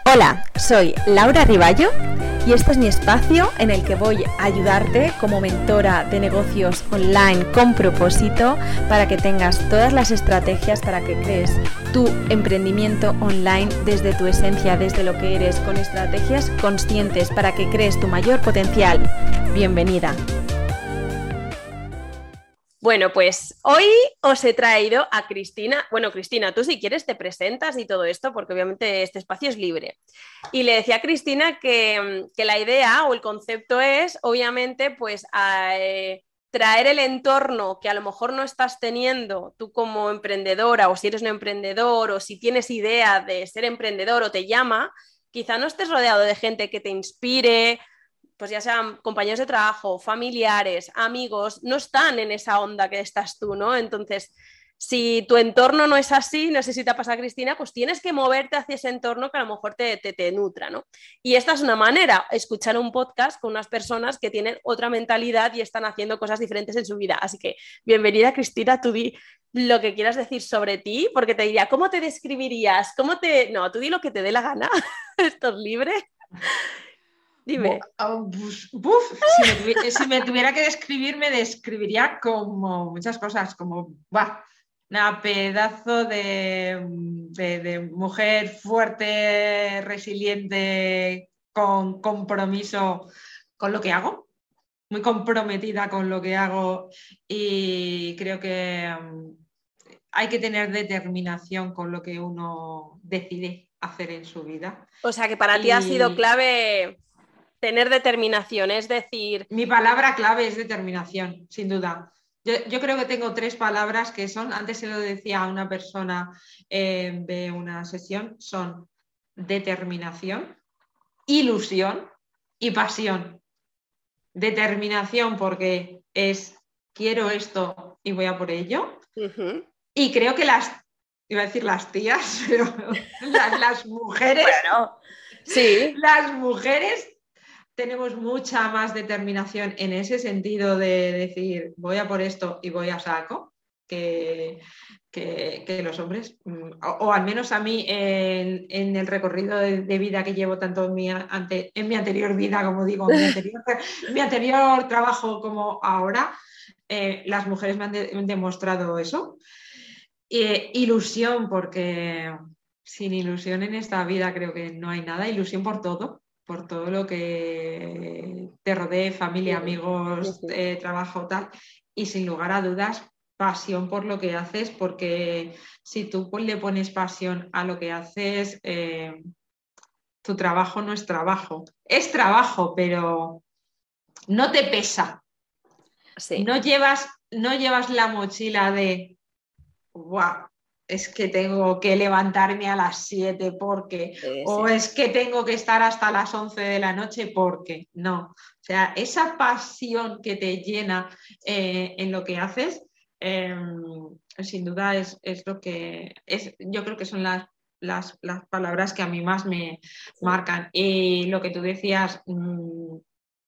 Hola, soy Laura Riballo y este es mi espacio en el que voy a ayudarte como mentora de negocios online con propósito para que tengas todas las estrategias para que crees tu emprendimiento online desde tu esencia, desde lo que eres, con estrategias conscientes para que crees tu mayor potencial. Bienvenida. Bueno, pues hoy os he traído a Cristina. Bueno, Cristina, tú si quieres te presentas y todo esto, porque obviamente este espacio es libre. Y le decía a Cristina que la idea o el concepto es, obviamente, pues traer el entorno que a lo mejor no estás teniendo tú como emprendedora, o si eres un emprendedor, o si tienes idea de ser emprendedor o te llama, quizá no estés rodeado de gente que te inspire, pues ya sean compañeros de trabajo, familiares, amigos, no están en esa onda que estás tú, ¿no? Entonces, si tu entorno no es así, no sé si te ha pasado, Cristina, pues tienes que moverte hacia ese entorno que a lo mejor te nutra, ¿no? Y esta es una manera, escuchar un podcast con unas personas que tienen otra mentalidad y están haciendo cosas diferentes en su vida. Así que, bienvenida, Cristina, tú di lo que quieras decir sobre ti, porque te diría, ¿cómo te describirías? No, tú di lo que te dé la gana, esto es libre. Dime. Si me tuviera que describir, me describiría como muchas cosas, como una pedazo de mujer fuerte, resiliente, con compromiso con lo que hago, muy comprometida con lo que hago y creo que hay que tener determinación con lo que uno decide hacer en su vida. O sea que para ti ha sido clave tener determinación, es decir... Mi palabra clave es determinación, sin duda. Yo creo que tengo 3 palabras que son, antes se lo decía a una persona de una sesión, son determinación, ilusión y pasión. Determinación porque es quiero esto y voy a por ello. Uh-huh. Y creo que iba a decir las tías, pero las mujeres, bueno, sí. Las mujeres tenemos mucha más determinación en ese sentido de decir voy a por esto y voy a saco que los hombres, o al menos a mí en el recorrido de vida que llevo tanto en mi anterior vida, como digo, en mi anterior trabajo como ahora, las mujeres me han demostrado eso. Ilusión, porque sin ilusión en esta vida creo que no hay nada, ilusión por todo lo que te rodee, familia, amigos, trabajo, tal, y sin lugar a dudas, pasión por lo que haces, porque si tú le pones pasión a lo que haces, tu trabajo no es trabajo, pero no te pesa. Sí. No llevas la mochila de wow, es que tengo que levantarme a las 7 porque, o es que tengo que estar hasta las 11 de la noche porque, no. O sea, esa pasión que te llena en lo que haces, sin duda es lo que es, yo creo que son las palabras que a mí más me marcan. Y lo que tú decías, yo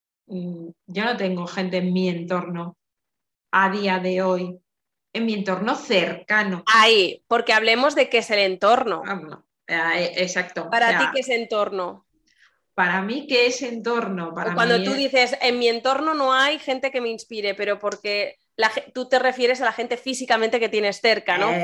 no tengo gente en mi entorno a día de hoy, en mi entorno cercano. Ahí, porque hablemos de qué es el entorno. Exacto. Para ti, ¿qué es entorno? Para mí, ¿qué es entorno? Para Cuando mí tú dices, en mi entorno no hay gente que me inspire, pero porque tú te refieres a la gente físicamente que tienes cerca, ¿no?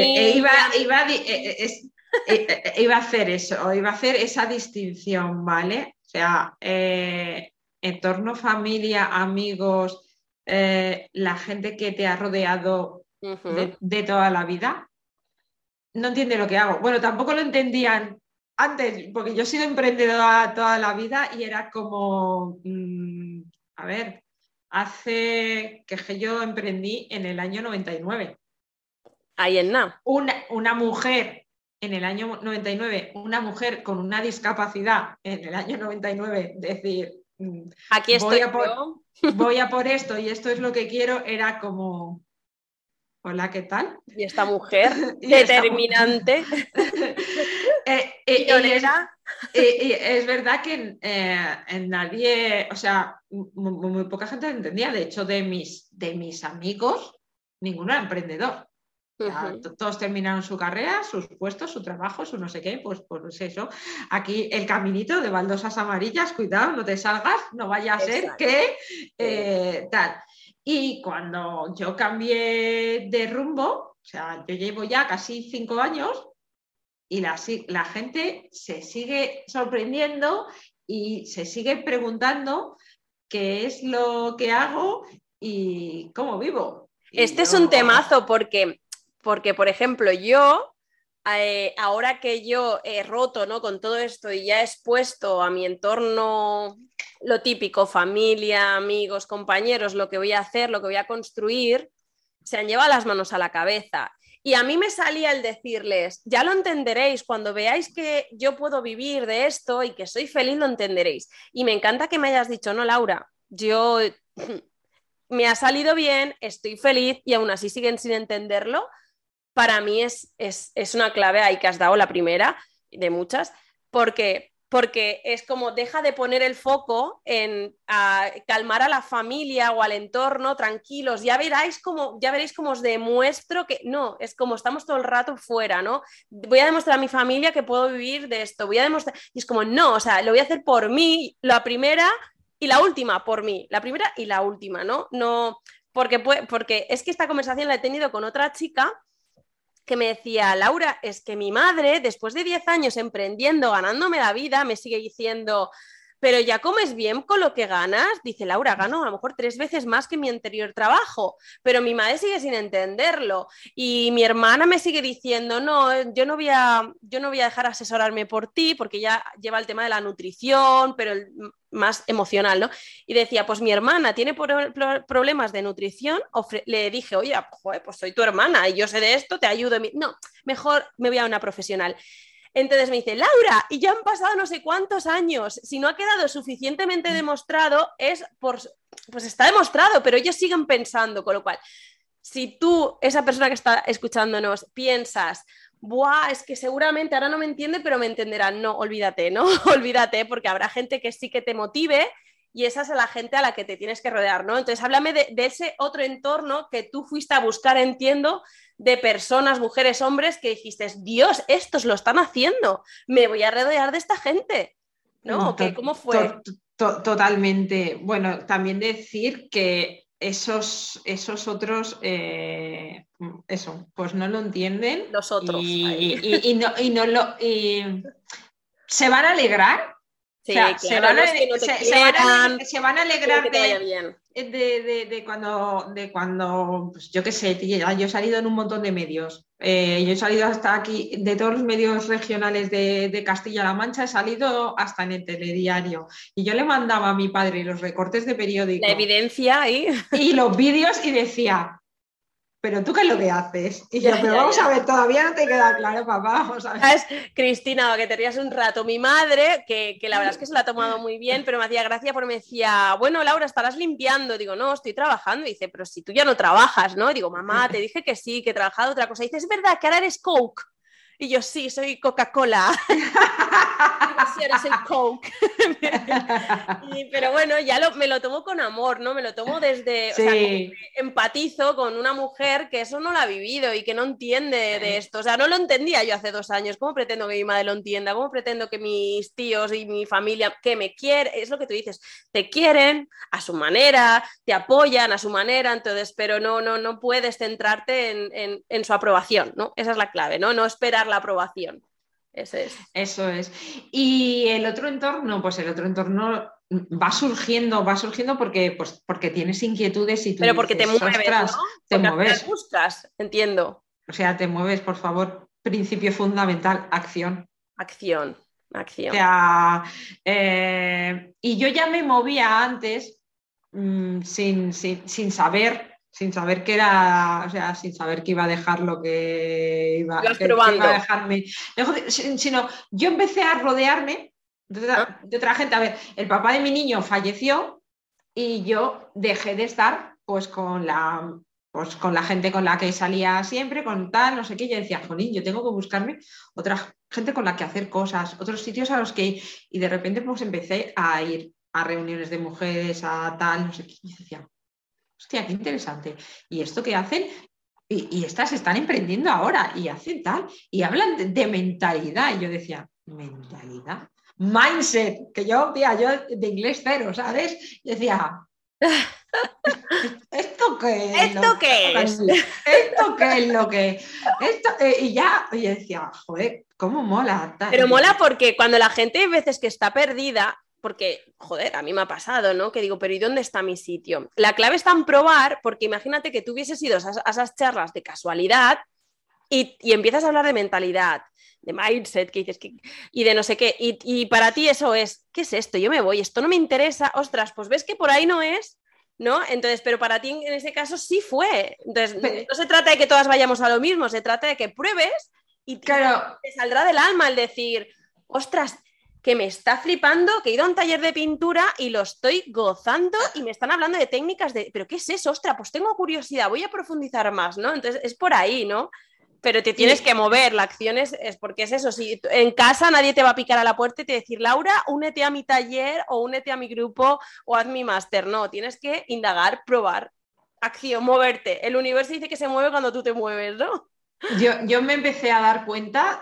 Iba a hacer eso, iba a hacer esa distinción, ¿vale? O sea, entorno, familia, amigos, la gente que te ha rodeado de toda la vida, no entiende lo que hago. Bueno, tampoco lo entendían antes, porque yo he sido emprendedora toda la vida y era como, a ver, hace que yo emprendí en el año 99. Ahí en nada. Una mujer en el año 99, una mujer con una discapacidad en el año 99, decir, aquí estoy voy a por esto y esto es lo que quiero, era como, hola, ¿qué tal? Y esta mujer determinante. Es verdad que en nadie, o sea, muy poca gente lo entendía. De hecho, de mis amigos, ninguno era emprendedor. Ya, todos terminaron su carrera, sus puestos, su trabajo, su no sé qué, pues eso. Aquí el caminito de baldosas amarillas, cuidado, no te salgas, no vaya a ser que tal. Y cuando yo cambié de rumbo, o sea, yo llevo ya casi 5 años y la gente se sigue sorprendiendo y se sigue preguntando qué es lo que hago y cómo vivo. Este es un temazo porque, por ejemplo, yo, ahora que yo he roto, ¿no?, con todo esto y ya he expuesto a mi entorno lo típico, familia, amigos, compañeros, lo que voy a hacer, lo que voy a construir, se han llevado las manos a la cabeza. Y a mí me salía el decirles, ya lo entenderéis, cuando veáis que yo puedo vivir de esto y que soy feliz, lo entenderéis. Y me encanta que me hayas dicho, no, Laura, yo me ha salido bien, estoy feliz y aún así siguen sin entenderlo. Para mí es una clave ahí que has dado, la primera de muchas, porque es como deja de poner el foco en calmar a la familia o al entorno, tranquilos, ya veréis cómo os demuestro que no, es como estamos todo el rato fuera, ¿no? Voy a demostrar a mi familia que puedo vivir de esto, voy a demostrar, y es como no, o sea, lo voy a hacer por mí, la primera y la última por mí, la primera y la última, ¿no? No, porque es que esta conversación la he tenido con otra chica que me decía, Laura, es que mi madre, después de 10 años emprendiendo, ganándome la vida, me sigue diciendo, pero ya comes bien con lo que ganas. Dice, Laura, gano a lo mejor 3 veces más que mi anterior trabajo, pero mi madre sigue sin entenderlo. Y mi hermana me sigue diciendo, no, yo no voy a dejar asesorarme por ti, porque ya lleva el tema de la nutrición, pero más emocional, ¿no? Y decía, pues mi hermana tiene problemas de nutrición, le dije, oye, joder, pues soy tu hermana y yo sé de esto, te ayudo. No, mejor me voy a una profesional. Entonces me dice, Laura, y ya han pasado no sé cuántos años, si no ha quedado suficientemente demostrado, pues está demostrado, pero ellos siguen pensando, con lo cual, si tú, esa persona que está escuchándonos, piensas, buah, es que seguramente ahora no me entiende, pero me entenderán, no, olvídate, ¿no? Olvídate, porque habrá gente que sí que te motive y esa es la gente a la que te tienes que rodear, ¿no? Entonces, háblame de ese otro entorno que tú fuiste a buscar, entiendo, de personas, mujeres, hombres, que dijiste, Dios, estos lo están haciendo, me voy a rodear de esta gente, ¿no? ¿Cómo fue? Totalmente. Bueno, también decir que esos otros, eso, pues no lo entienden Los otros. y se van a alegrar. Sí, o sea, claro, no es que no te quieran, se van a alegrar que te vaya bien. de cuando pues yo qué sé, yo he salido en un montón de medios. Yo he salido hasta aquí, de todos los medios regionales de Castilla-La Mancha, he salido hasta en el telediario. Y yo le mandaba a mi padre los recortes de periódico. La evidencia ahí. Y los vídeos y decía, ¿pero tú qué es lo que haces? Y yo, pero vamos a ver, todavía no te queda claro, papá, vamos a ver. ¿Sabes, Cristina, que te rías un rato? Mi madre, que la verdad es que se la ha tomado muy bien, pero me hacía gracia porque me decía, bueno, Laura, estarás limpiando. Digo, no, estoy trabajando. Y dice, pero si tú ya no trabajas, ¿no? Y digo, mamá, te dije que sí, que he trabajado otra cosa. Y dice, es verdad que ahora eres Coke. Y yo, sí, soy Coca-Cola. Digo, sí, eres el Coke. Pero bueno, ya me lo tomo con amor, ¿no? Me lo tomo desde, sí. O sea, como que empatizo con una mujer que eso no lo ha vivido y que no entiende de esto. O sea, no lo entendía yo hace 2 años. ¿Cómo pretendo que mi madre lo entienda? ¿Cómo pretendo que mis tíos y mi familia, que me quieren? Es lo que tú dices, te quieren a su manera, te apoyan a su manera, entonces, pero no puedes centrarte en su aprobación, ¿no? Esa es la clave, ¿no? No esperar la aprobación. Eso es. Y el otro entorno, pues el otro entorno va surgiendo porque tienes inquietudes y tú pero porque dices, te mueves, ¿no? Te porque mueves. Buscas, entiendo. O sea, te mueves, por favor. Principio fundamental, acción. Acción. O sea, y yo ya me movía antes sin saber que era, o sea, sin saber que iba a dejar lo que iba a dejarme. Sino yo empecé a rodearme de otra gente. A ver, el papá de mi niño falleció y yo dejé de estar pues con la gente con la que salía siempre, con tal, no sé qué. Yo decía, jolín, yo tengo que buscarme otra gente con la que hacer cosas, otros sitios a los que ir. Y de repente pues empecé a ir a reuniones de mujeres, a tal, no sé qué. Y decía, hostia, qué interesante. ¿Y esto qué hacen? y estas están emprendiendo ahora y hacen tal, y hablan de mentalidad. Y yo decía, ¿mentalidad? Mindset, que yo, tía, yo de inglés cero, ¿sabes? Y decía, ¿esto qué es? ¿Esto qué es? ¿Esto qué es lo que es? Esto, y ya, y decía, joder, cómo mola. Pero mola porque cuando la gente hay veces que está perdida, porque, joder, a mí me ha pasado, ¿no? Que digo, pero ¿y dónde está mi sitio? La clave está en probar, porque imagínate que tú hubieses ido a esas charlas de casualidad y empiezas a hablar de mentalidad, de mindset, que dices, y de no sé qué, y para ti eso es, ¿qué es esto? Yo me voy, esto no me interesa, ostras, pues ves que por ahí no es, ¿no? Entonces, pero para ti en ese caso sí fue. Entonces, no se trata de que todas vayamos a lo mismo, se trata de que pruebes y claro, te saldrá del alma el decir, ostras, que me está flipando, que he ido a un taller de pintura y lo estoy gozando y me están hablando de técnicas de, pero ¿qué es eso? Ostras, pues tengo curiosidad, voy a profundizar más, ¿no? Entonces es por ahí, ¿no? Pero te tienes que mover, la acción es porque es eso, si en casa nadie te va a picar a la puerta y te decir, Laura, únete a mi taller o únete a mi grupo o haz mi máster, no, tienes que indagar, probar, acción, moverte. El universo dice que se mueve cuando tú te mueves, ¿no? yo me empecé a dar cuenta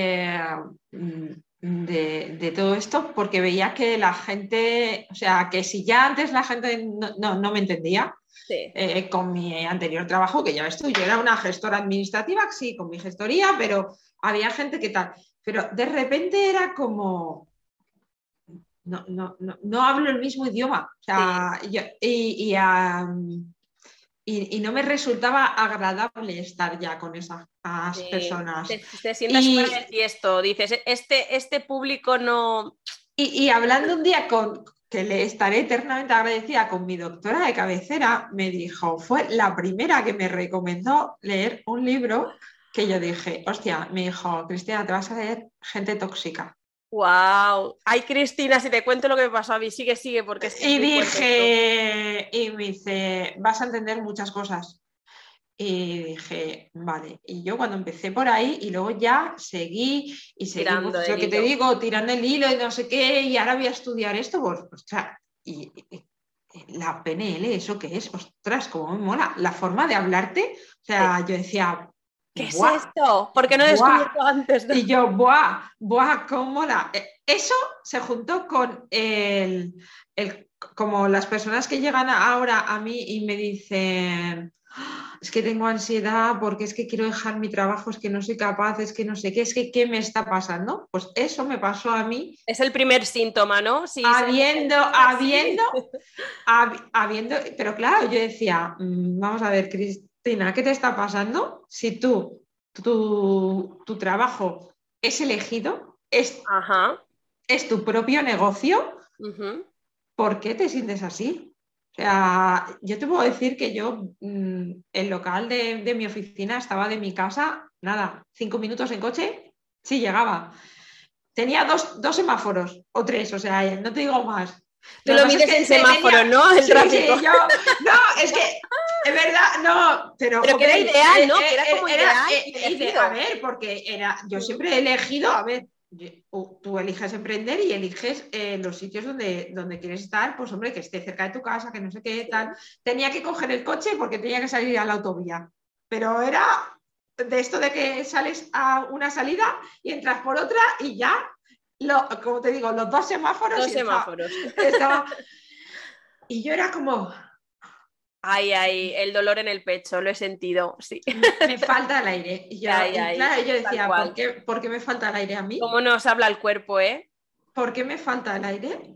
de todo esto porque veía que la gente, o sea, que si ya antes la gente no me entendía, Sí. con mi anterior trabajo, que ya ves tú, yo era una gestora administrativa, sí, con mi gestoría, pero había gente que tal, pero de repente era como... No hablo el mismo idioma, o sea, Sí. y no me resultaba agradable estar ya con esas personas. Te sientas fuera Y, del tiesto, dices, este público no... y hablando un día con, que le estaré eternamente agradecida con mi doctora de cabecera, me dijo, fue la primera que me recomendó leer un libro que yo dije, hostia, me dijo, Cristina, te vas a leer Gente Tóxica. ¡Wow! Ay, Cristina, si te cuento lo que me pasó a mí, sigue, porque es que es Y muy fuerte esto. dije, y me dice, vas a entender muchas cosas. Y dije, vale. Y yo cuando empecé por ahí y luego ya seguí, Tirando pues lo del que te hilo. digo, tirando el hilo y no sé qué, y ahora voy a estudiar esto, pues, ostras, la PNL, ¿eso qué es? Ostras, cómo me mola. La forma de hablarte, o Sí. sea, yo decía, ¿Qué es ¡buah! esto? ¿Por qué no he ¡Buah! descubierto antes? ¿No? Y yo, ¡buah! ¡Buah! ¡Cómo mola! Eso se juntó con como las personas que llegan ahora a mí y me dicen, "Ah, es que tengo ansiedad porque es que quiero dejar mi trabajo, es que no soy capaz, es que no sé qué, es que ¿qué me está pasando?". Pues eso me pasó a mí Es el primer síntoma, ¿no? Si se habiendo, detecta habiendo, así. habiendo, pero claro, yo decía, vamos a ver, Cristina, ¿qué te está pasando? Si tu trabajo es elegido, Ajá. es tu propio negocio, Uh-huh. ¿por qué te sientes así? O sea, yo te puedo decir que yo, el local de mi oficina estaba de mi casa, nada, 5 minutos en coche, sí llegaba. Tenía dos semáforos o tres, o sea, no te digo más. Tú Lo que lo pasa es mides que en semáforo, ¿no? El sí, tráfico. sí, yo, no, es que, es verdad, no, pero, Pero que era hombre, ideal, ¿no? Que era como ideal y a elegido. ver, porque yo Mm. siempre he elegido, a ver, tú eliges emprender y eliges los sitios donde quieres estar, pues hombre, que esté cerca de tu casa, que no sé qué tal. Sí. Tenía que coger el coche porque tenía que salir a la autovía, pero era de esto de que sales a una salida y entras por otra y ya, como te digo, los dos semáforos Dos y semáforos. estaba... Y yo era como, Ay, ay, el dolor en el pecho, lo he sentido, sí. me falta el aire. Ay, Y ay, claro, yo tal decía, cual. ¿por qué me falta el aire a mí? ¿Cómo nos habla el cuerpo, eh? ¿Por qué me falta el aire?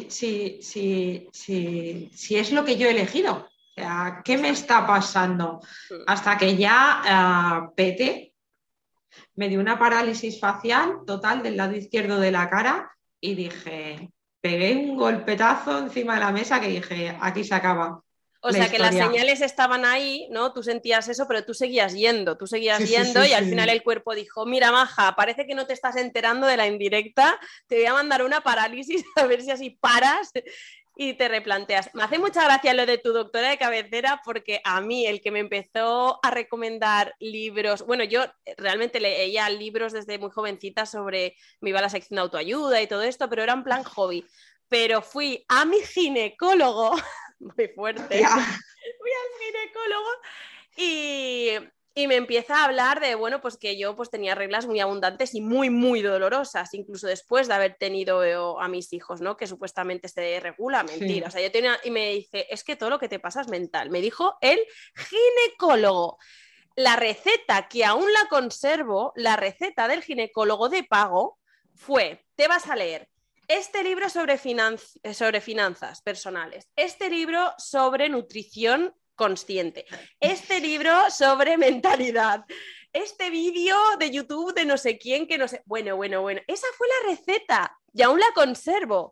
Si es lo que yo he elegido. O sea, ¿qué me Exacto. está pasando? Mm. Hasta que ya pete, me dio una parálisis facial total del lado izquierdo de la cara y dije, pegué un golpetazo encima de la mesa que dije, aquí se acaba O la sea que las historia. señales estaban ahí, ¿no? Tú sentías eso, pero tú seguías Sí, sí, yendo sí, y al final sí. el cuerpo dijo, mira, maja, parece que no te estás enterando de la indirecta, te voy a mandar una parálisis a ver si así paras y te replanteas. Me hace mucha gracia lo de tu doctora de cabecera porque a mí el que me empezó a recomendar libros, bueno, yo realmente leía libros desde muy jovencita sobre, me iba a la sección de autoayuda y todo esto, pero era en plan hobby. Pero fui a mi ginecólogo, muy fuerte, Hostia. fui al ginecólogo y, Y me empieza a hablar de, bueno, pues que yo pues tenía reglas muy abundantes y muy, muy dolorosas, incluso después de haber tenido a mis hijos, ¿no? Que supuestamente se regula, mentira. Sí. O sea, yo tenía, y me dice, es que todo lo que te pasa es mental. Me dijo el ginecólogo. La receta, que aún la conservo, la receta del ginecólogo de pago fue, te vas a leer este libro sobre finanzas personales, este libro sobre nutrición consciente, este libro sobre mentalidad, este vídeo de YouTube de no sé quién, que no sé... Bueno, esa fue la receta y aún la conservo.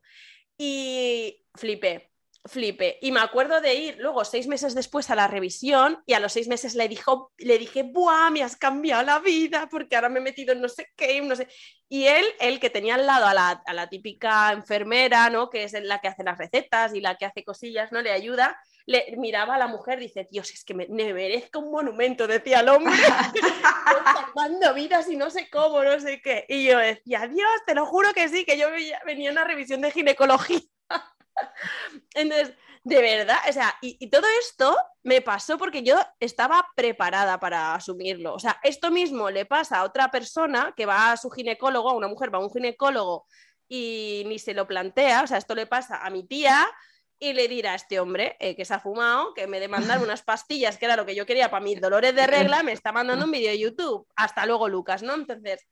Y flipé. Y me acuerdo de ir luego 6 meses después a la revisión y a los 6 meses le dije, ¡buah, me has cambiado la vida! Porque ahora me he metido en no sé qué, no sé... Y él que tenía al lado a la típica enfermera, ¿no? Que es la que hace las recetas y la que hace cosillas, ¿no? Le ayuda, le miraba a la mujer y dice, Dios, es que me merezco un monumento, decía el hombre, salvando vidas y no sé cómo, no sé qué. Y yo decía, Dios, te lo juro que sí, que yo venía a una revisión de ginecología. Entonces, de verdad, o sea, y todo esto me pasó porque yo estaba preparada para asumirlo. O sea, esto mismo le pasa a otra persona que va a su ginecólogo, a una mujer va a un ginecólogo y ni se lo plantea. O sea, esto le pasa a mi tía y le dirá a este hombre que se ha fumado, que me de mandar unas pastillas, que era lo que yo quería para mis dolores de regla, me está mandando un vídeo de YouTube. Hasta luego, Lucas, ¿no? Entonces,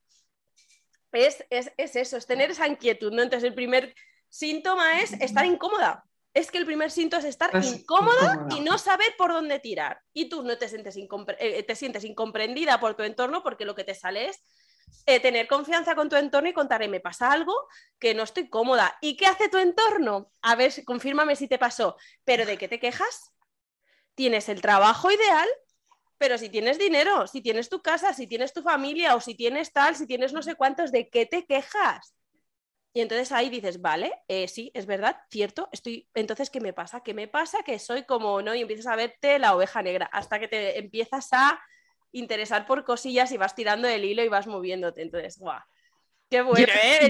es eso, es tener esa inquietud, ¿no? Entonces, el primer síntoma es estar incómoda. Es que el primer síntoma es estar incómoda y no saber por dónde tirar. Y tú no te sientes, te sientes incomprendida por tu entorno porque lo que te sale es tener confianza con tu entorno y contarle, me pasa algo que no estoy cómoda. ¿Y qué hace tu entorno? A ver, confírmame si te pasó. ¿Pero de qué te quejas? ¿Tienes el trabajo ideal? Pero si tienes dinero, si tienes tu casa, si tienes tu familia o si tienes tal, si tienes no sé cuántos, ¿de qué te quejas? Y entonces ahí dices, vale, sí, es verdad, cierto, entonces, ¿qué me pasa? ¿Qué me pasa? Que soy como, ¿no? Y empiezas a verte la oveja negra hasta que te empiezas a interesar por cosillas y vas tirando el hilo y vas moviéndote. Entonces, guau, qué bueno, ¿eh?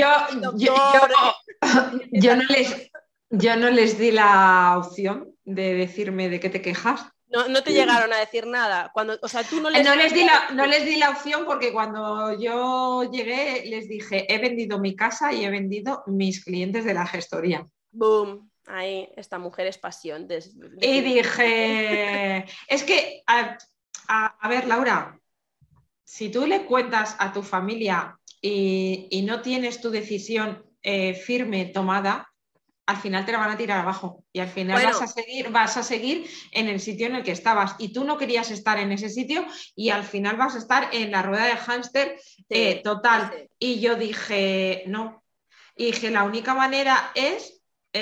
Yo no les di la opción de decirme de qué te quejas. No te llegaron a decir nada. O sea, tú no les di la opción porque cuando yo llegué les dije, he vendido mi casa y he vendido mis clientes de la gestoría. Boom, ahí esta mujer es pasión. Y dije, es que, a ver, Laura, si tú le cuentas a tu familia y no tienes tu decisión firme tomada, al final te la van a tirar abajo y al final vas a seguir en el sitio en el que estabas y tú no querías estar en ese sitio y al final vas a estar en la rueda de hámster total. Sí. Y yo dije, no. Y dije, la única manera es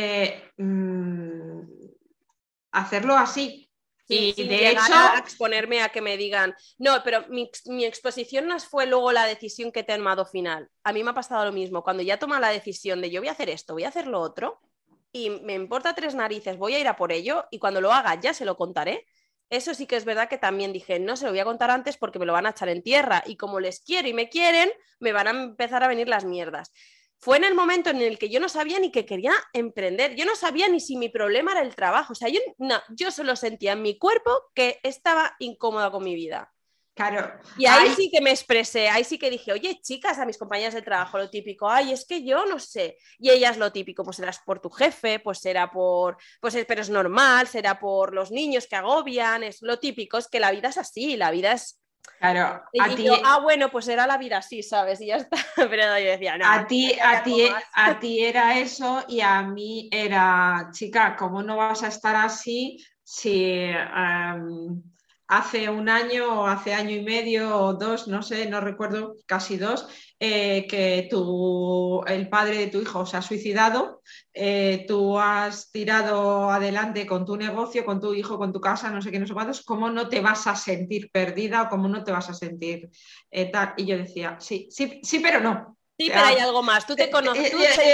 hacerlo así. Sí, y de hecho, a exponerme a que me digan, no, pero mi exposición no fue luego la decisión que te han tomado final. A mí me ha pasado lo mismo. Cuando ya toma la decisión de yo voy a hacer esto, voy a hacer lo otro, y me importa 3 narices, voy a ir a por ello, y cuando lo haga ya se lo contaré. Eso sí que es verdad que también dije, no se lo voy a contar antes porque me lo van a echar en tierra, y como les quiero y me quieren, me van a empezar a venir las mierdas. Fue en el momento en el que yo no sabía ni que quería emprender, yo no sabía ni si mi problema era el trabajo, o sea, yo solo sentía en mi cuerpo que estaba incómoda con mi vida. Claro. Y ahí sí que me expresé, ahí sí que dije, oye, chicas, a mis compañeras de trabajo, lo típico, ay, es que yo no sé. Y ellas lo típico, pues serás por tu jefe, pues será por, pero es normal, será por los niños que agobian, es lo típico, es que la vida es así, la vida es... Claro, bueno, pues era la vida así, ¿sabes? Y ya está. Pero yo decía, no. A ti era eso y a mí era, chica, ¿cómo no vas a estar así si hace un año o hace año y medio o 2, no sé, no recuerdo, casi 2, que el padre de tu hijo se ha suicidado, tú has tirado adelante con tu negocio, con tu hijo, con tu casa, no sé qué, no sé cuántos, ¿cómo no te vas a sentir perdida o cómo no te vas a sentir tal? Y yo decía, sí, pero no. Sí, pero hay algo más, tú te conoces.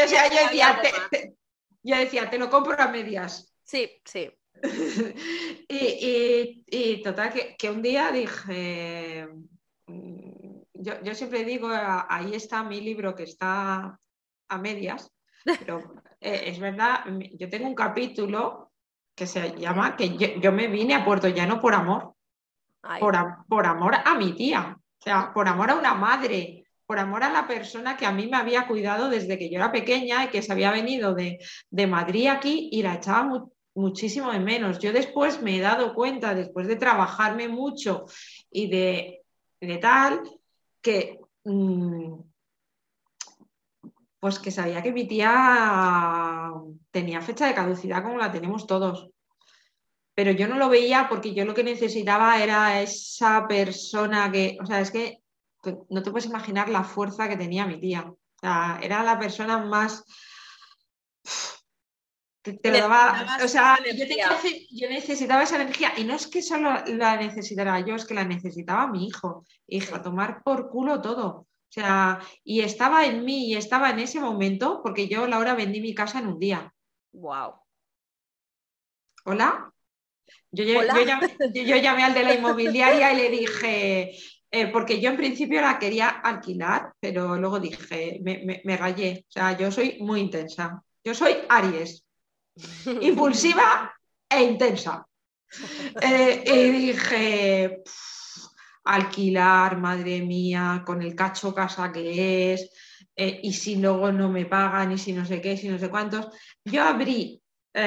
Yo decía, te lo compro a medias. Sí. y total, que un día dije, yo siempre digo, ahí está mi libro que está a medias, pero es verdad, yo tengo un capítulo que se llama que yo me vine a Puerto Llano por amor. por amor a mi tía, o sea, por amor a una madre, por amor a la persona que a mí me había cuidado desde que yo era pequeña y que se había venido de Madrid aquí y la echaba muchísimo de menos. Yo después me he dado cuenta, después de trabajarme mucho y de tal, que pues que sabía que mi tía tenía fecha de caducidad como la tenemos todos. Pero yo no lo veía porque yo lo que necesitaba era esa persona que, o sea, es que no te puedes imaginar la fuerza que tenía mi tía. O sea, era la persona más... Te lo daba, o sea, yo necesitaba esa energía y no es que solo la necesitara yo, es que la necesitaba mi hijo. Hija, tomar por culo todo. O sea, y estaba en mí y estaba en ese momento porque yo, Laura, vendí mi casa en un día. Wow. ¿Hola? ¿Hola? Yo llamé al de la inmobiliaria y le dije, porque yo en principio la quería alquilar, pero luego dije, me rayé. O sea, yo soy muy intensa. Yo soy Aries, impulsiva e intensa. Y dije, alquilar, madre mía, con el cacho casa que es, y si luego no me pagan, y si no sé qué, si no sé cuántos. Yo abrí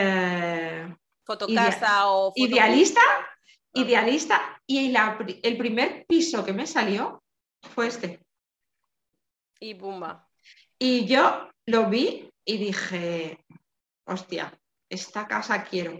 Fotocasa o idealista, idealista, y el primer piso que me salió fue este. Y pumba. Y yo lo vi y dije, hostia, esta casa quiero.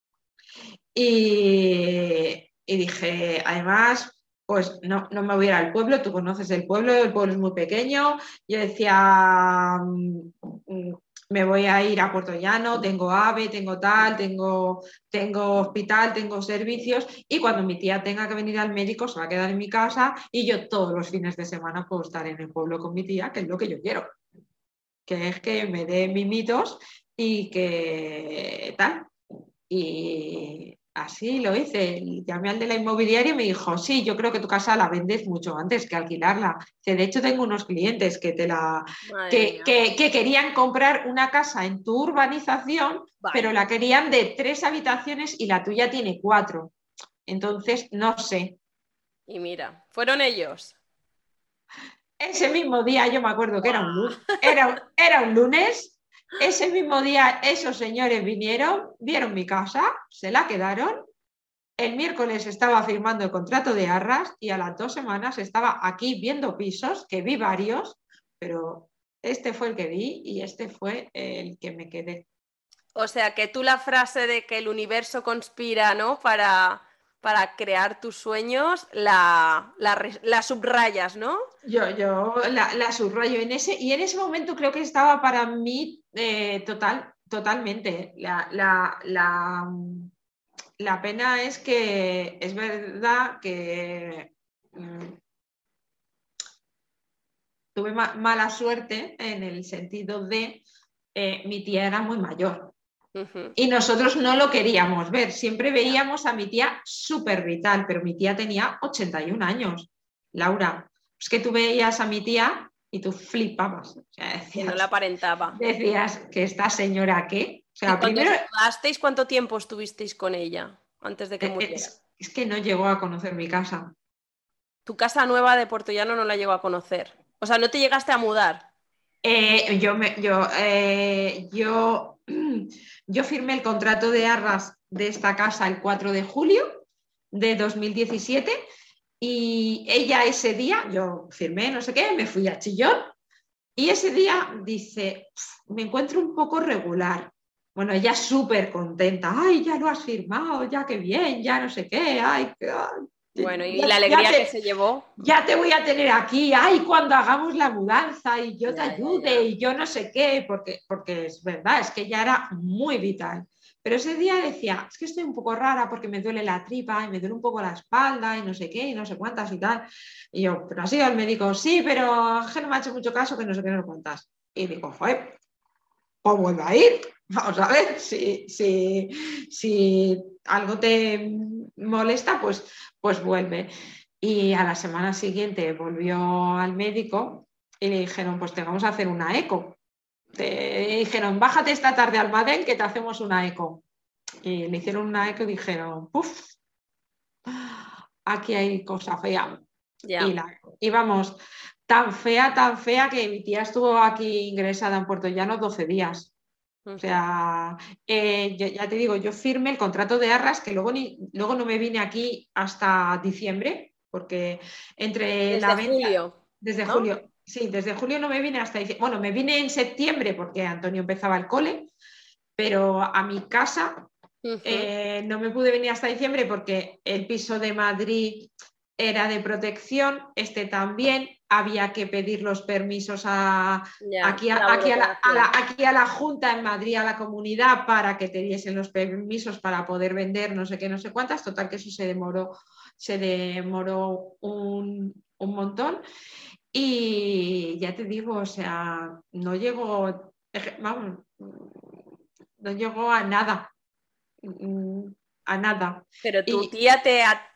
Y dije, además, pues no me voy a ir al pueblo, tú conoces el pueblo es muy pequeño. Yo decía, me voy a ir a Puerto Llano, tengo AVE, tengo tal, tengo hospital, tengo servicios, y cuando mi tía tenga que venir al médico se va a quedar en mi casa y yo todos los fines de semana puedo estar en el pueblo con mi tía, que es lo que yo quiero, que es que me dé mimitos y que tal. Y así lo hice. Llamé al de la inmobiliaria y me dijo, sí, yo creo que tu casa la vendes mucho antes que alquilarla. De hecho, tengo unos clientes que querían comprar una casa en tu urbanización, pero la querían de 3 habitaciones y la tuya tiene 4. Entonces, no sé. Y mira, fueron ellos. Ese mismo día, yo me acuerdo que era un lunes, ese mismo día esos señores vinieron, vieron mi casa, se la quedaron. El miércoles estaba firmando el contrato de arras y a las 2 semanas estaba aquí viendo pisos, que vi varios, pero este fue el que vi y este fue el que me quedé. O sea, que tú la frase de que el universo conspira, ¿no? Para crear tus sueños, la subrayas, ¿no? Yo la subrayo y en ese momento creo que estaba para mí totalmente. La pena es que es verdad que tuve mala suerte en el sentido de mi tía era muy mayor. Y nosotros no lo queríamos ver. Siempre veíamos a mi tía súper vital, pero mi tía tenía 81 años. Laura, es que tú veías a mi tía y tú flipabas. O sea, Que no la aparentaba. Decías que esta señora qué. O sea, ¿Y cuando primero. estudiasteis, cuánto tiempo estuvisteis con ella antes de que muriera? Es que no llegó a conocer mi casa. Tu casa nueva de Puerto Llano no la llegó a conocer. O sea, no te llegaste a mudar. Yo firmé el contrato de arras de esta casa el 4 de julio de 2017 y ella ese día, yo firmé no sé qué, me fui a Chillón y ese día dice, me encuentro un poco regular. Bueno, ella súper contenta, ay, ya lo has firmado, ya qué bien, ya no sé qué, ay, bueno, y la alegría que se llevó. Ya te voy a tener aquí, ay, cuando hagamos la mudanza y yo te ayude y yo no sé qué, porque es verdad, es que ya era muy vital. Pero ese día decía, es que estoy un poco rara porque me duele la tripa y me duele un poco la espalda y no sé qué y no sé cuántas y tal. Y yo, pero has ido al médico, sí, pero es que no me ha hecho mucho caso que no sé qué, no lo cuentas. Y digo, joder, pues vuelve a ir. Vamos a ver, si algo te molesta, pues vuelve. Y a la semana siguiente volvió al médico y le dijeron, pues te vamos a hacer una eco. Le dijeron, bájate esta tarde al Madén que te hacemos una eco. Y le hicieron una eco y dijeron, ¡puf! aquí hay cosa fea. Ya. Y vamos, tan fea que mi tía estuvo aquí ingresada en Puerto Llano 12 días. O sea, ya te digo, yo firmé el contrato de arras, que luego no me vine aquí hasta diciembre, porque entre la Desde venta, julio, desde ¿no? julio, sí, desde julio no me vine hasta diciembre. Bueno, me vine en septiembre porque Antonio empezaba el cole, pero a mi casa Ujú. no me pude venir hasta diciembre porque el piso de Madrid era de protección, este también, había que pedir los permisos Ya, la burocracia. aquí a la Junta en Madrid, a la comunidad, para que te diesen los permisos para poder vender no sé qué, no sé cuántas. Total, que eso se demoró un montón. Y ya te digo, o sea, no llegó, vamos, no llegó a nada, a nada. Pero tu Y tía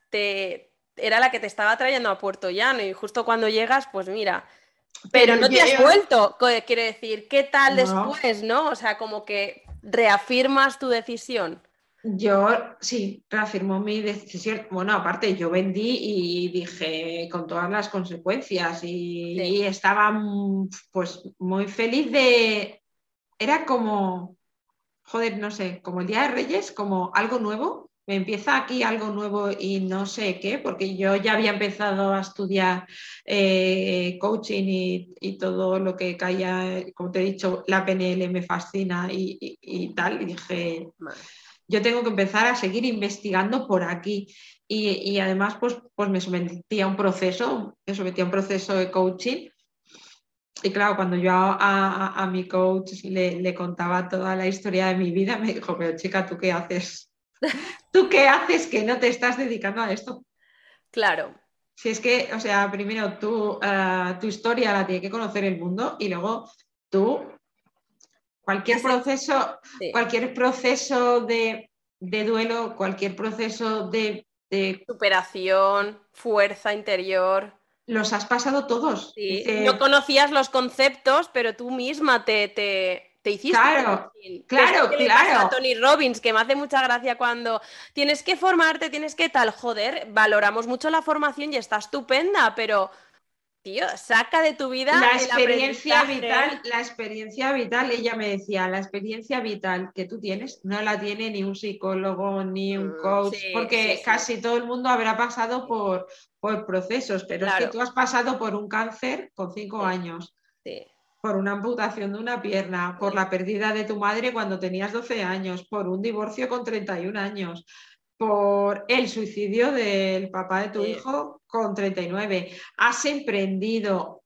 era la que te estaba trayendo a Puerto Llano y justo cuando llegas, pues mira, pero pero no te has vuelto, quiero decir, ¿qué tal no, después, no? O sea, como que reafirmas tu decisión. yo sí, reafirmó mi decisión. Bueno, aparte, yo vendí y dije con todas las consecuencias Sí, y estaba pues muy feliz de... Era como, joder, no sé, como el Día de Reyes, como algo nuevo. Me empieza aquí algo nuevo y no sé qué, porque yo ya había empezado a estudiar coaching y todo lo que caía, como te he dicho, la PNL me fascina y tal. Y dije, vale. yo tengo que empezar a seguir investigando por aquí. Y además, pues me sometí a un proceso de coaching. Y claro, cuando yo a mi coach le contaba toda la historia de mi vida, me dijo, pero chica, ¿tú qué haces? ¿Tú qué haces que no te estás dedicando a esto? Claro, Si es que, o sea, primero tu historia la tiene que conocer el mundo y luego tú, cualquier ese, proceso, sí. cualquier proceso de duelo, cualquier proceso de... Superación, fuerza interior. Los has pasado todos. Sí. No Dice, conocías los conceptos, pero tú misma te hiciste claro, coaching. Que es lo claro, que le pasa a claro. Tony Robbins, que me hace mucha gracia cuando tienes que formarte, tienes que tal, joder, valoramos mucho la formación y está estupenda, pero, tío, saca de tu vida el aprendizaje. La experiencia vital, ella me decía, la experiencia vital que tú tienes no la tiene ni un psicólogo ni un coach, Sí, sí, porque sí, casi todo el mundo habrá pasado por procesos, pero es que claro. tú has pasado por un cáncer con cinco Sí, años, sí, por una amputación de una pierna, por sí, la pérdida de tu madre cuando tenías 12 años, por un divorcio con 31 años, por el suicidio del papá de tu sí. hijo con 39. Has emprendido,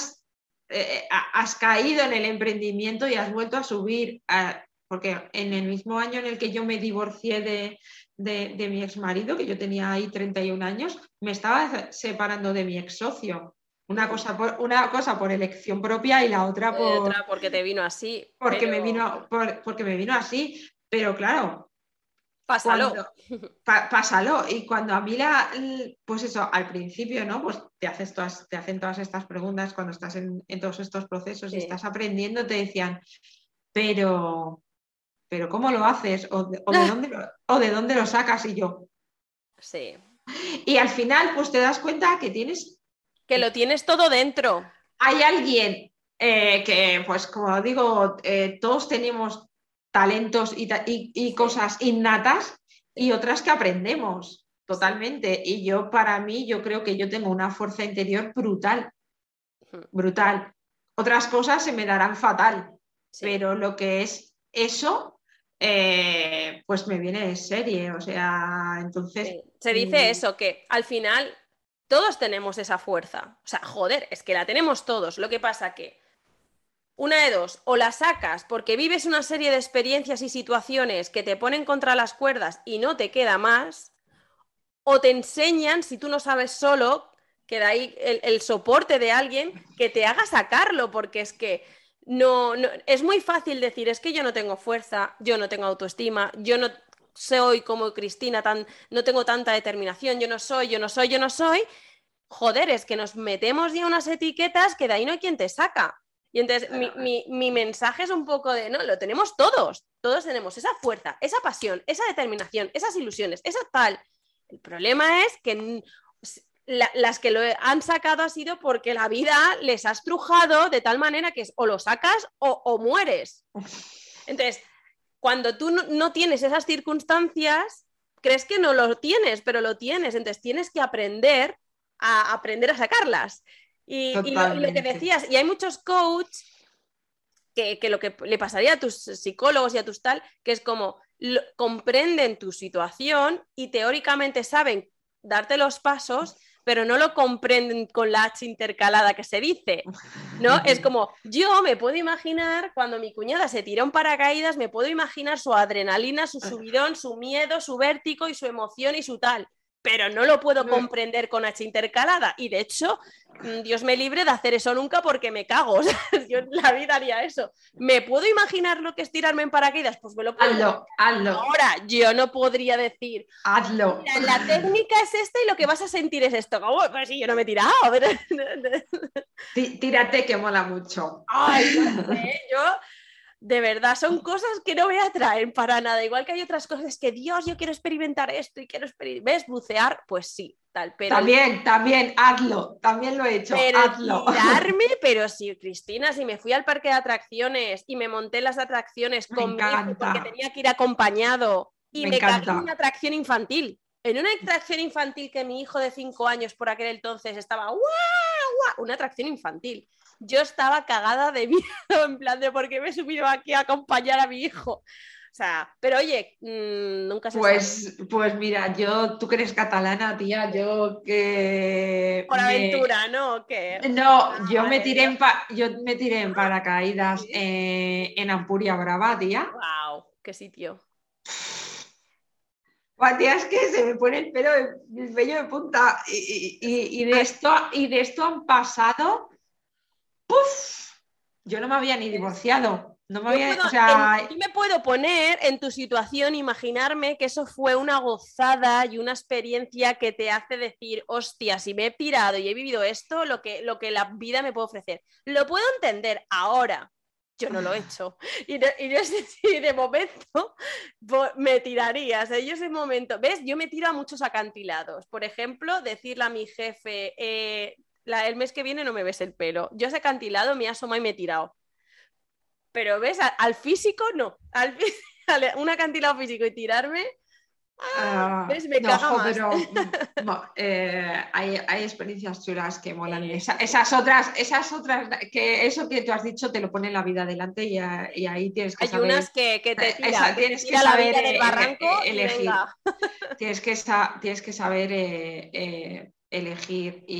has caído en el emprendimiento y has vuelto a subir, porque en el mismo año en el que yo me divorcié de mi ex marido, que yo tenía ahí 31 años, me estaba separando de mi ex socio. Una cosa por elección propia y la otra Otra porque te vino así, pero porque me vino así. Pero claro, pásalo. cuando pásalo. Y cuando a mí pues eso, al principio, ¿no? Pues te hacen todas estas preguntas cuando estás en todos estos procesos y Sí. estás aprendiendo, te decían, pero, pero ¿cómo lo haces? O de dónde lo sacas? Y yo. Sí. Y al final, pues te das cuenta que tienes, Que lo tienes todo dentro. hay alguien que, pues como digo, todos tenemos talentos y Sí, cosas innatas y sí, otras que aprendemos sí. totalmente. Y yo, para mí, yo creo que yo tengo una fuerza interior brutal, Ujú. brutal. Otras cosas se me darán fatal, Sí. pero lo que es eso, pues me viene de serie. O sea, entonces... Sí. Se dice eso, que al final todos tenemos esa fuerza. O sea, joder, es que la tenemos todos. Lo que pasa que una de dos, o la sacas porque vives una serie de experiencias y situaciones que te ponen contra las cuerdas y no te queda más, o te enseñan, si tú no sabes solo, que de ahí el soporte de alguien que te haga sacarlo, porque es que es muy fácil decir, es que yo no tengo fuerza, yo no tengo autoestima, yo no soy como Cristina, no tengo tanta determinación, yo no soy, yo no soy, yo no soy. Joder, es que nos metemos ya unas etiquetas que de ahí no hay quien te saca. Y entonces mi mensaje es un poco de, no, lo tenemos todos, todos tenemos esa fuerza, esa pasión, esa determinación, esas ilusiones, esa tal. El problema es que las que lo han sacado ha sido porque la vida les ha estrujado de tal manera que es o lo sacas o mueres. Entonces, cuando tú no tienes esas circunstancias, crees que no lo tienes, pero lo tienes. Entonces, tienes que aprender a sacarlas. Y lo que decías, y hay muchos coaches que lo que le pasaría a tus psicólogos y a tus tal, que es como comprenden tu situación y teóricamente saben darte los pasos, pero no lo comprenden con la H intercalada que se dice, ¿no? Es como, yo me puedo imaginar cuando mi cuñada se tira un paracaídas, me puedo imaginar su adrenalina, su subidón, su miedo, su vértigo y su emoción y su tal, pero no lo puedo comprender con H intercalada. Y de hecho, Dios me libre de hacer eso nunca porque me cago. O sea, yo en la vida haría eso. ¿Me puedo imaginar lo que es tirarme en paracaídas? Pues me lo puedo. Hazlo. Ahora, yo no podría decir, hazlo. Mira, la técnica es esta y lo que vas a sentir es esto. ¿Cómo? Pues sí, yo no me he tirado. Tírate, que mola mucho. Ay, no sé, yo de verdad, son cosas que no me atraen para nada. Igual que hay otras cosas que, Dios, yo quiero experimentar esto y quiero ¿ves? Bucear, pues sí, tal. Pero también, hazlo. También lo he hecho, pero hazlo. tirarme, pero sí, Cristina, si me fui al parque de atracciones y me monté las atracciones con mi hijo porque tenía que ir acompañado y me caí en una atracción infantil. En una atracción infantil que mi hijo de 5 años por aquel entonces estaba, ¡guau, guau! Una atracción infantil. Yo estaba cagada de miedo, en plan de por qué me he subido aquí a acompañar a mi hijo. O sea, pero oye, nunca se sabe. Pues mira, tú que eres catalana, tía, yo que... Por aventura, ¿no? ¿Qué? No, yo me tiré en paracaídas en Ampuria Brava, tía. ¡Wow! ¡Qué sitio! Tía, es que se me pone el vello de punta. Y de esto han pasado... ¡Puf! Yo no me había ni divorciado. No me había, yo me puedo poner en tu situación, imaginarme que eso fue una gozada y una experiencia que te hace decir, hostia, si me he tirado y he vivido esto, lo que la vida me puede ofrecer. Lo puedo entender ahora. Yo no lo he hecho. Y yo sé si de momento me tiraría. O sea, yo ese momento, ¿ves? Yo me tiro a muchos acantilados. Por ejemplo, decirle a mi jefe, el mes que viene no me ves el pelo. Yo ese acantilado me he asomado y me he tirado. Pero ves, al físico no. Un acantilado físico y tirarme, ¿ves? Me caga más. Pero hay experiencias chulas que molan. Esas otras, que eso que tú has dicho te lo pone la vida adelante y ahí tienes que saber. Hay unas que te tiran. Tienes que saber la vida del barranco elegir. Tienes que saber elegir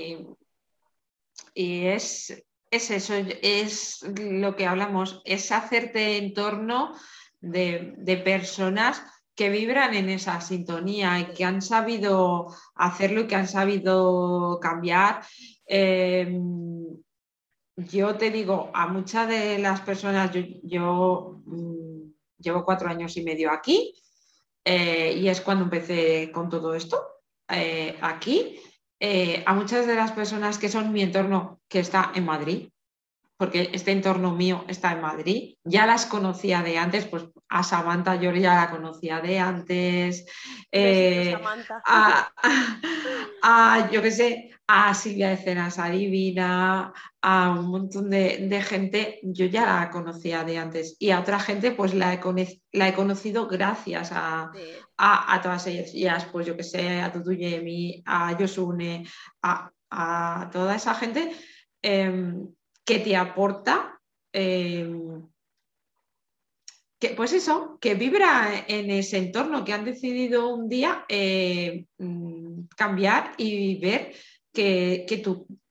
y es eso, es lo que hablamos, es hacerte en torno de personas que vibran en esa sintonía y que han sabido hacerlo y que han sabido cambiar. Yo te digo, a muchas de las personas, yo llevo 4 años y medio aquí y es cuando empecé con todo esto aquí. A muchas de las personas que son mi entorno, que está en Madrid, porque este entorno mío está en Madrid, ya las conocía de antes, pues a Samantha yo ya la conocía de antes, yo qué sé, a Silvia de Cenas Adivina, a un montón de gente, yo ya la conocía de antes y a otra gente pues la he conocido gracias a todas ellas, pues yo qué sé, a Tutu Yemi, a Yosune, a toda esa gente que te aporta pues eso, que vibra en ese entorno, que han decidido un día cambiar y ver que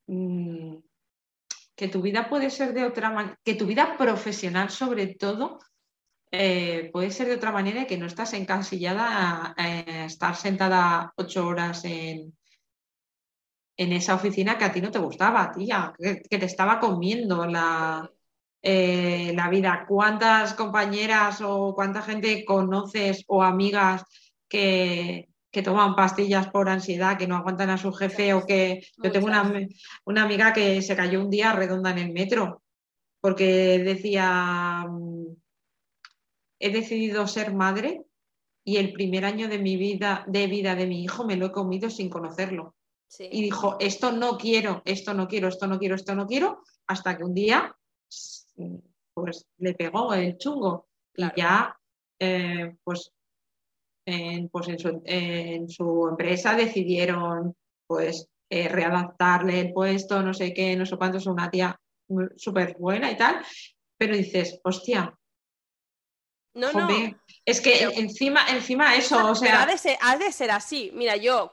tu vida puede ser de otra manera, que tu vida profesional sobre todo puede ser de otra manera y que no estás encasillada a estar sentada 8 horas en esa oficina que a ti no te gustaba, tía, que te estaba comiendo la vida. ¿Cuántas compañeras o cuánta gente conoces o amigas que toman pastillas por ansiedad, que no aguantan a su jefe o que... Yo tengo una amiga que se cayó un día redonda en el metro porque decía, he decidido ser madre y el primer año de vida de mi hijo me lo he comido sin conocerlo. Sí. Y dijo, esto no quiero, esto no quiero, esto no quiero, esto no quiero, hasta que un día pues le pegó el chungo. Claro. Y ya en su empresa decidieron pues readaptarle el puesto, no sé qué, no sé cuánto, es una tía súper buena y tal, pero dices, hostia, no, joder, no. Es que pero, encima eso, o sea... Ha de ser así. Mira, yo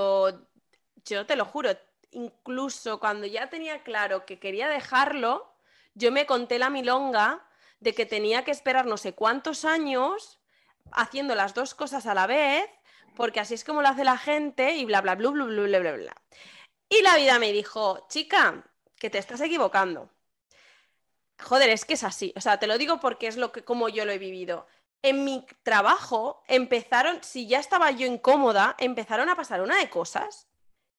te lo juro, incluso cuando ya tenía claro que quería dejarlo, yo me conté la milonga de que tenía que esperar no sé cuántos años haciendo las dos cosas a la vez, porque así es como lo hace la gente y bla, bla, bla, bla, bla, bla, bla, bla. Y la vida me dijo, chica, que te estás equivocando. Joder, es que es así. O sea, te lo digo porque es como yo lo he vivido. En mi trabajo empezaron, si ya estaba yo incómoda, empezaron a pasar una de cosas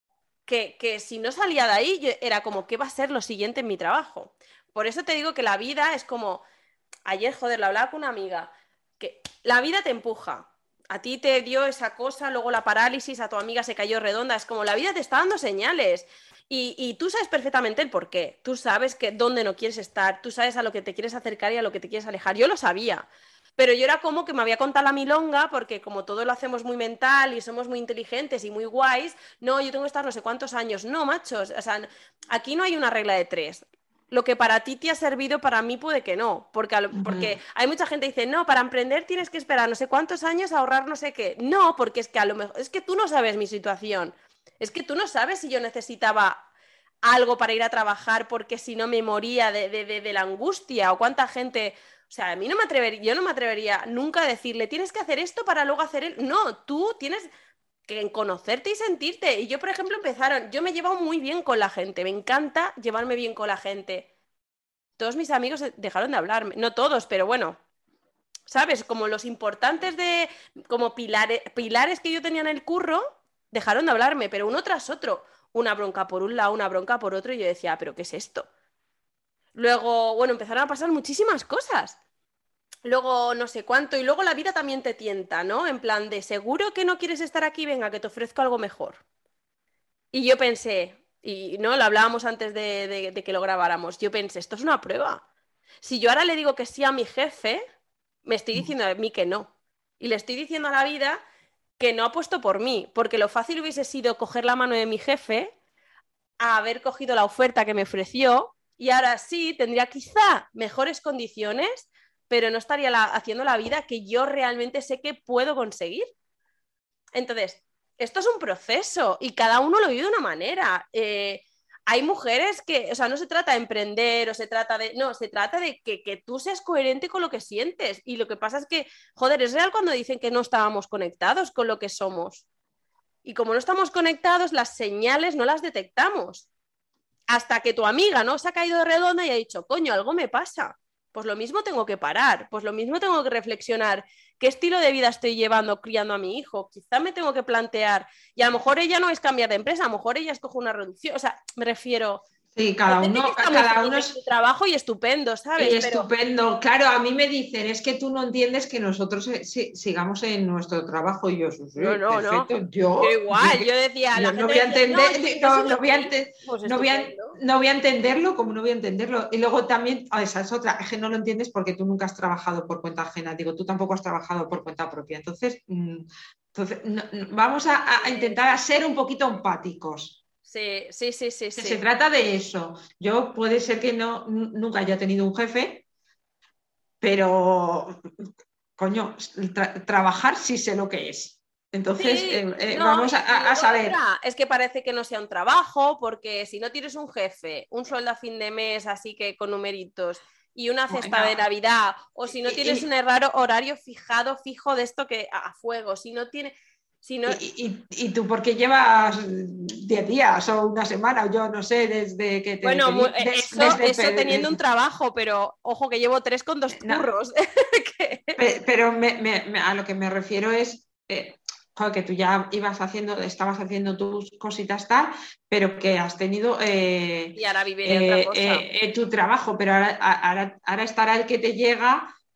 que si no salía de ahí, era como, ¿qué va a ser lo siguiente en mi trabajo? Por eso te digo que la vida es como, ayer, joder, lo hablaba con una amiga, que la vida te empuja. A ti te dio esa cosa, luego la parálisis, a tu amiga se cayó redonda, es como la vida te está dando señales. Y tú sabes perfectamente el porqué. Tú sabes dónde no quieres estar, tú sabes a lo que te quieres acercar y a lo que te quieres alejar. Yo lo sabía. Pero yo era como que me había contado la milonga, porque como todo lo hacemos muy mental y somos muy inteligentes y muy guays, no, yo tengo que estar no sé cuántos años. No, machos, o sea, aquí no hay una regla de 3. Lo que para ti te ha servido, para mí puede que no, porque hay mucha gente que dice, no, para emprender tienes que esperar no sé cuántos años a ahorrar no sé qué. No, porque es que a lo mejor, es que tú no sabes mi situación. Es que tú no sabes si yo necesitaba algo para ir a trabajar porque si no me moría de la angustia, o cuánta gente... O sea, yo no me atrevería nunca a decirle, tienes que hacer esto para luego hacer el... No, tú tienes que conocerte y sentirte. Y yo, por ejemplo, yo me he llevado muy bien con la gente, me encanta llevarme bien con la gente. Todos mis amigos dejaron de hablarme, no todos, pero bueno, ¿sabes? Como los importantes como pilares que yo tenía en el curro, dejaron de hablarme, pero uno tras otro. Una bronca por un lado, una bronca por otro, y yo decía, ¿pero qué es esto? Luego, bueno, empezaron a pasar muchísimas cosas. Luego no sé cuánto, y luego la vida también te tienta, ¿no? En plan de, ¿seguro que no quieres estar aquí? Venga, que te ofrezco algo mejor. Y yo pensé, y no, lo hablábamos antes de que lo grabáramos, yo pensé, esto es una prueba. Si yo ahora le digo que sí a mi jefe, me estoy diciendo a mí que no. Y le estoy diciendo a la vida que no ha puesto por mí, porque lo fácil hubiese sido coger la mano de mi jefe, a haber cogido la oferta que me ofreció, y ahora sí tendría quizá mejores condiciones, pero no estaría haciendo la vida que yo realmente sé que puedo conseguir. Entonces, esto es un proceso y cada uno lo vive de una manera. Hay mujeres que, o sea, no se trata de emprender o se trata de... No, se trata de que tú seas coherente con lo que sientes. Y lo que pasa es que, joder, es real cuando dicen que no estábamos conectados con lo que somos. Y como no estamos conectados, las señales no las detectamos. Hasta que tu amiga no se ha caído de redonda y ha dicho, coño, algo me pasa. Pues lo mismo tengo que parar, pues lo mismo tengo que reflexionar qué estilo de vida estoy llevando criando a mi hijo. Quizá me tengo que plantear, y a lo mejor ella no es cambiar de empresa, a lo mejor ella escoge una reducción. O sea, me refiero... Sí, cada uno es su trabajo y estupendo, ¿sabes? Y estupendo. Claro, a mí me dicen, es que tú no entiendes que nosotros sigamos en nuestro trabajo. Y yo, sí, perfecto. No. Yo igual, yo decía, la no voy a entender, no voy a entenderlo como no voy a entenderlo. Y luego también, esa es otra, es que no lo entiendes porque tú nunca has trabajado por cuenta ajena. Digo, tú tampoco has trabajado por cuenta propia. Entonces vamos a intentar ser un poquito empáticos. Sí. Se trata de eso. Yo puede ser que nunca haya tenido un jefe, pero, coño, trabajar sí sé lo que es. Entonces, vamos a saber. Es que parece que no sea un trabajo, porque si no tienes un jefe, un sueldo a fin de mes, así que con numeritos, y una cesta de Navidad, o si no tienes un horario fijo de esto que a fuego, si no tienes... Si no... ¿Y tú por qué llevas 10 días o una semana? O yo no sé, desde que te... Bueno, eso teniendo un trabajo, pero ojo que llevo 3 con 2 curros. Pero a lo que me refiero es que tú ya estabas haciendo tus cositas tal, pero que has tenido y ahora viviré otra cosa. Tu trabajo, pero ahora estará el que te llega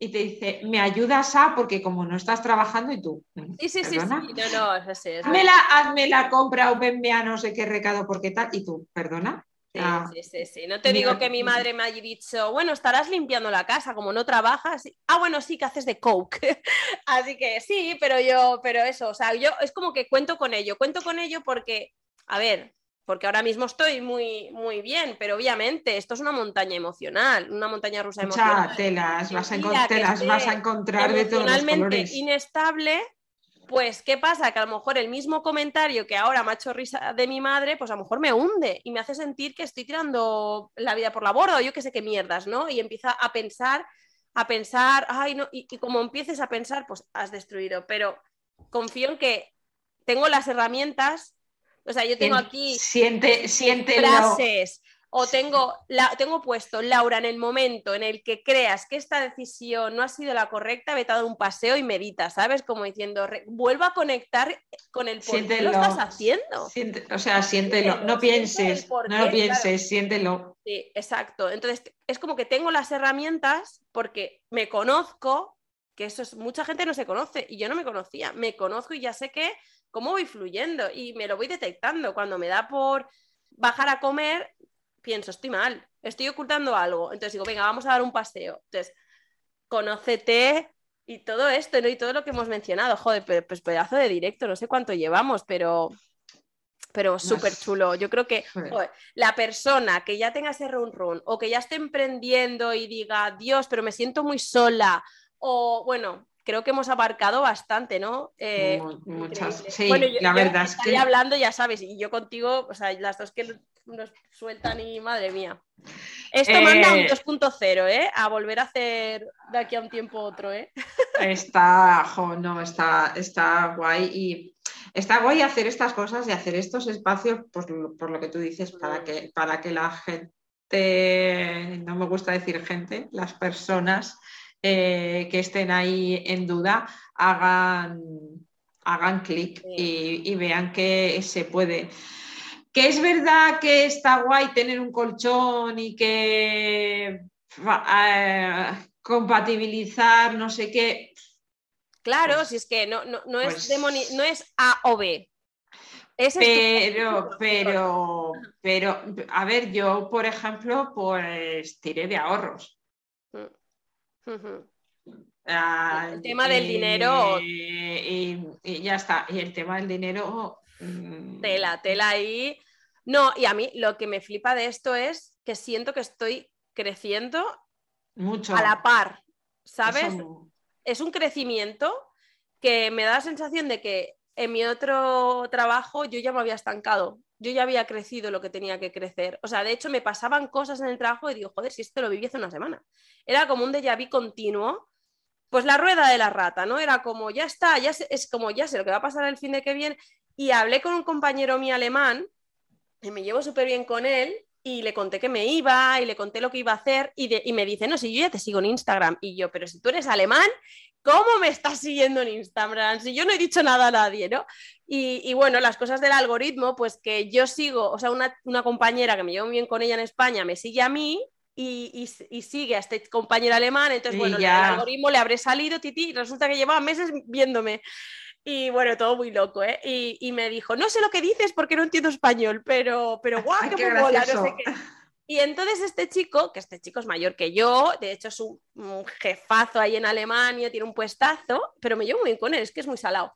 y te dice, ¿me ayudas a? Porque como no estás trabajando y tú, Sí, ¿perdona? no, eso sí, es Hazme la compra o venme a no sé qué recado porque tal, y tú, ¿perdona? sí. No te digo que mi madre me haya dicho, bueno, estarás limpiando la casa, como no trabajas. Ah, bueno, sí, que haces de coke. Así que sí, pero eso, o sea, yo es como que cuento con ello porque, a ver, porque ahora mismo estoy muy bien, pero obviamente esto es una montaña emocional, una montaña rusa emocional. Escucha, te las Que vas a esté encontrar de todos los emocionalmente colores. inestable, pues, ¿qué pasa? Que a lo mejor el mismo comentario que ahora me ha hecho risa de mi madre, pues a lo mejor me hunde y me hace sentir que estoy tirando la vida por la borda o yo qué sé qué mierdas, ¿no? Y empieza a pensar, ay, no, y como empieces a pensar, pues has destruido. Pero confío en que tengo las herramientas, o sea, yo tengo aquí mis Siéntelo. frases o tengo puesto, Laura, en el momento en el que creas que esta decisión no ha sido la correcta, vete a dar un paseo y medita, ¿sabes? Como diciendo, vuelvo a conectar con el por qué lo estás Siéntelo. haciendo. O sea, siéntelo. No Siente el pienses, por no lo qué, claro. pienses, siéntelo. Sí, exacto. Entonces, es como que tengo las herramientas porque me conozco, que eso es, mucha gente no se conoce y yo no me conocía. Me conozco y ya sé cómo voy fluyendo y me lo voy detectando. Cuando me da por bajar a comer, pienso, estoy mal, estoy ocultando algo. Entonces digo, venga, vamos a dar un paseo. Entonces, conócete y todo esto, ¿no? Y todo lo que hemos mencionado. Joder, pues pedazo de directo, no sé cuánto llevamos, pero súper chulo. Yo creo que joder, la persona que ya tenga ese run o que ya esté emprendiendo y diga, Dios, pero me siento muy sola, o bueno, creo que hemos abarcado bastante, ¿no? Muchas, Increíble. Bueno, sí, la yo verdad es estaría que hablando, ya sabes, y yo contigo, o sea, las dos que nos sueltan y madre mía. Esto manda un eh, 2.0, ¿eh? A volver a hacer de aquí a un tiempo otro, ¿eh? no, está guay y está guay hacer estas cosas y hacer estos espacios, pues, por lo que tú dices, para que la gente, no me gusta decir gente, las personas que estén ahí en duda hagan clic Sí. y vean que se puede. Que es verdad que está guay tener un colchón y que compatibilizar no sé qué, Claro, si es pues, que no pues, es A o B. Ese es tu opción. a ver, yo, por ejemplo, pues tiré de ahorros. El tema del dinero, Y ya está. Y el tema del dinero, tela ahí. No, y a mí lo que me flipa de esto es que siento que estoy creciendo a la mucho. par, ¿sabes? Eso, Es un crecimiento que me da la sensación de que en mi otro trabajo yo ya me había estancado, yo ya había crecido lo que tenía que crecer. O sea, de hecho me pasaban cosas en el trabajo y digo, joder, si esto lo viví hace una semana. Era como un déjà vu continuo, pues la rueda de la rata, ¿no? Era como, ya está, es como, ya sé lo que va a pasar el fin de que viene. Y hablé con un compañero mío alemán, y me llevo súper bien con él, y le conté que me iba, y le conté lo que iba a hacer, y me dice, no, si yo ya te sigo en Instagram. Y yo, pero si tú eres alemán, ¿cómo me estás siguiendo en Instagram? Si yo no he dicho nada a nadie, ¿no? Y bueno, las cosas del algoritmo, pues que yo sigo, o sea, una compañera que me llevo bien con ella en España me sigue a mí y sigue a este compañero alemán, entonces, y bueno, el ya. algoritmo le habré salido, Titi, y resulta que llevaba meses viéndome. Y bueno, todo muy loco, ¿eh? Y me dijo, no sé lo que dices porque no entiendo español, pero guau, ¡Ay, qué qué mola, no sé gracioso! qué. Y entonces este chico es mayor que yo, de hecho es un jefazo ahí en Alemania, tiene un puestazo, pero me llevo muy bien con él, es que es muy salado.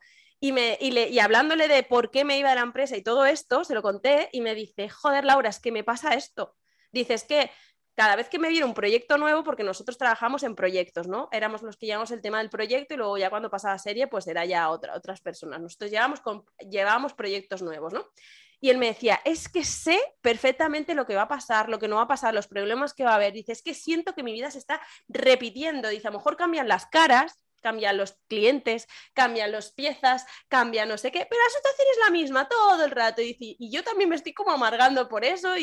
Y hablándole de por qué me iba de la empresa y todo esto, se lo conté y me dice, joder, Laura, es que me pasa esto. Dices que cada vez que me viene un proyecto nuevo, porque nosotros trabajamos en proyectos, ¿no? Éramos los que llevamos el tema del proyecto y luego ya cuando pasaba serie, pues era ya otras personas. Nosotros llevábamos proyectos nuevos, ¿no? Y él me decía, es que sé perfectamente lo que va a pasar, lo que no va a pasar, los problemas que va a haber. Dice, es que siento que mi vida se está repitiendo. Dice, a lo mejor cambian las caras, cambian los clientes, cambian las piezas, cambian no sé qué, pero la situación es la misma todo el rato. Dice, y yo también me estoy como amargando por eso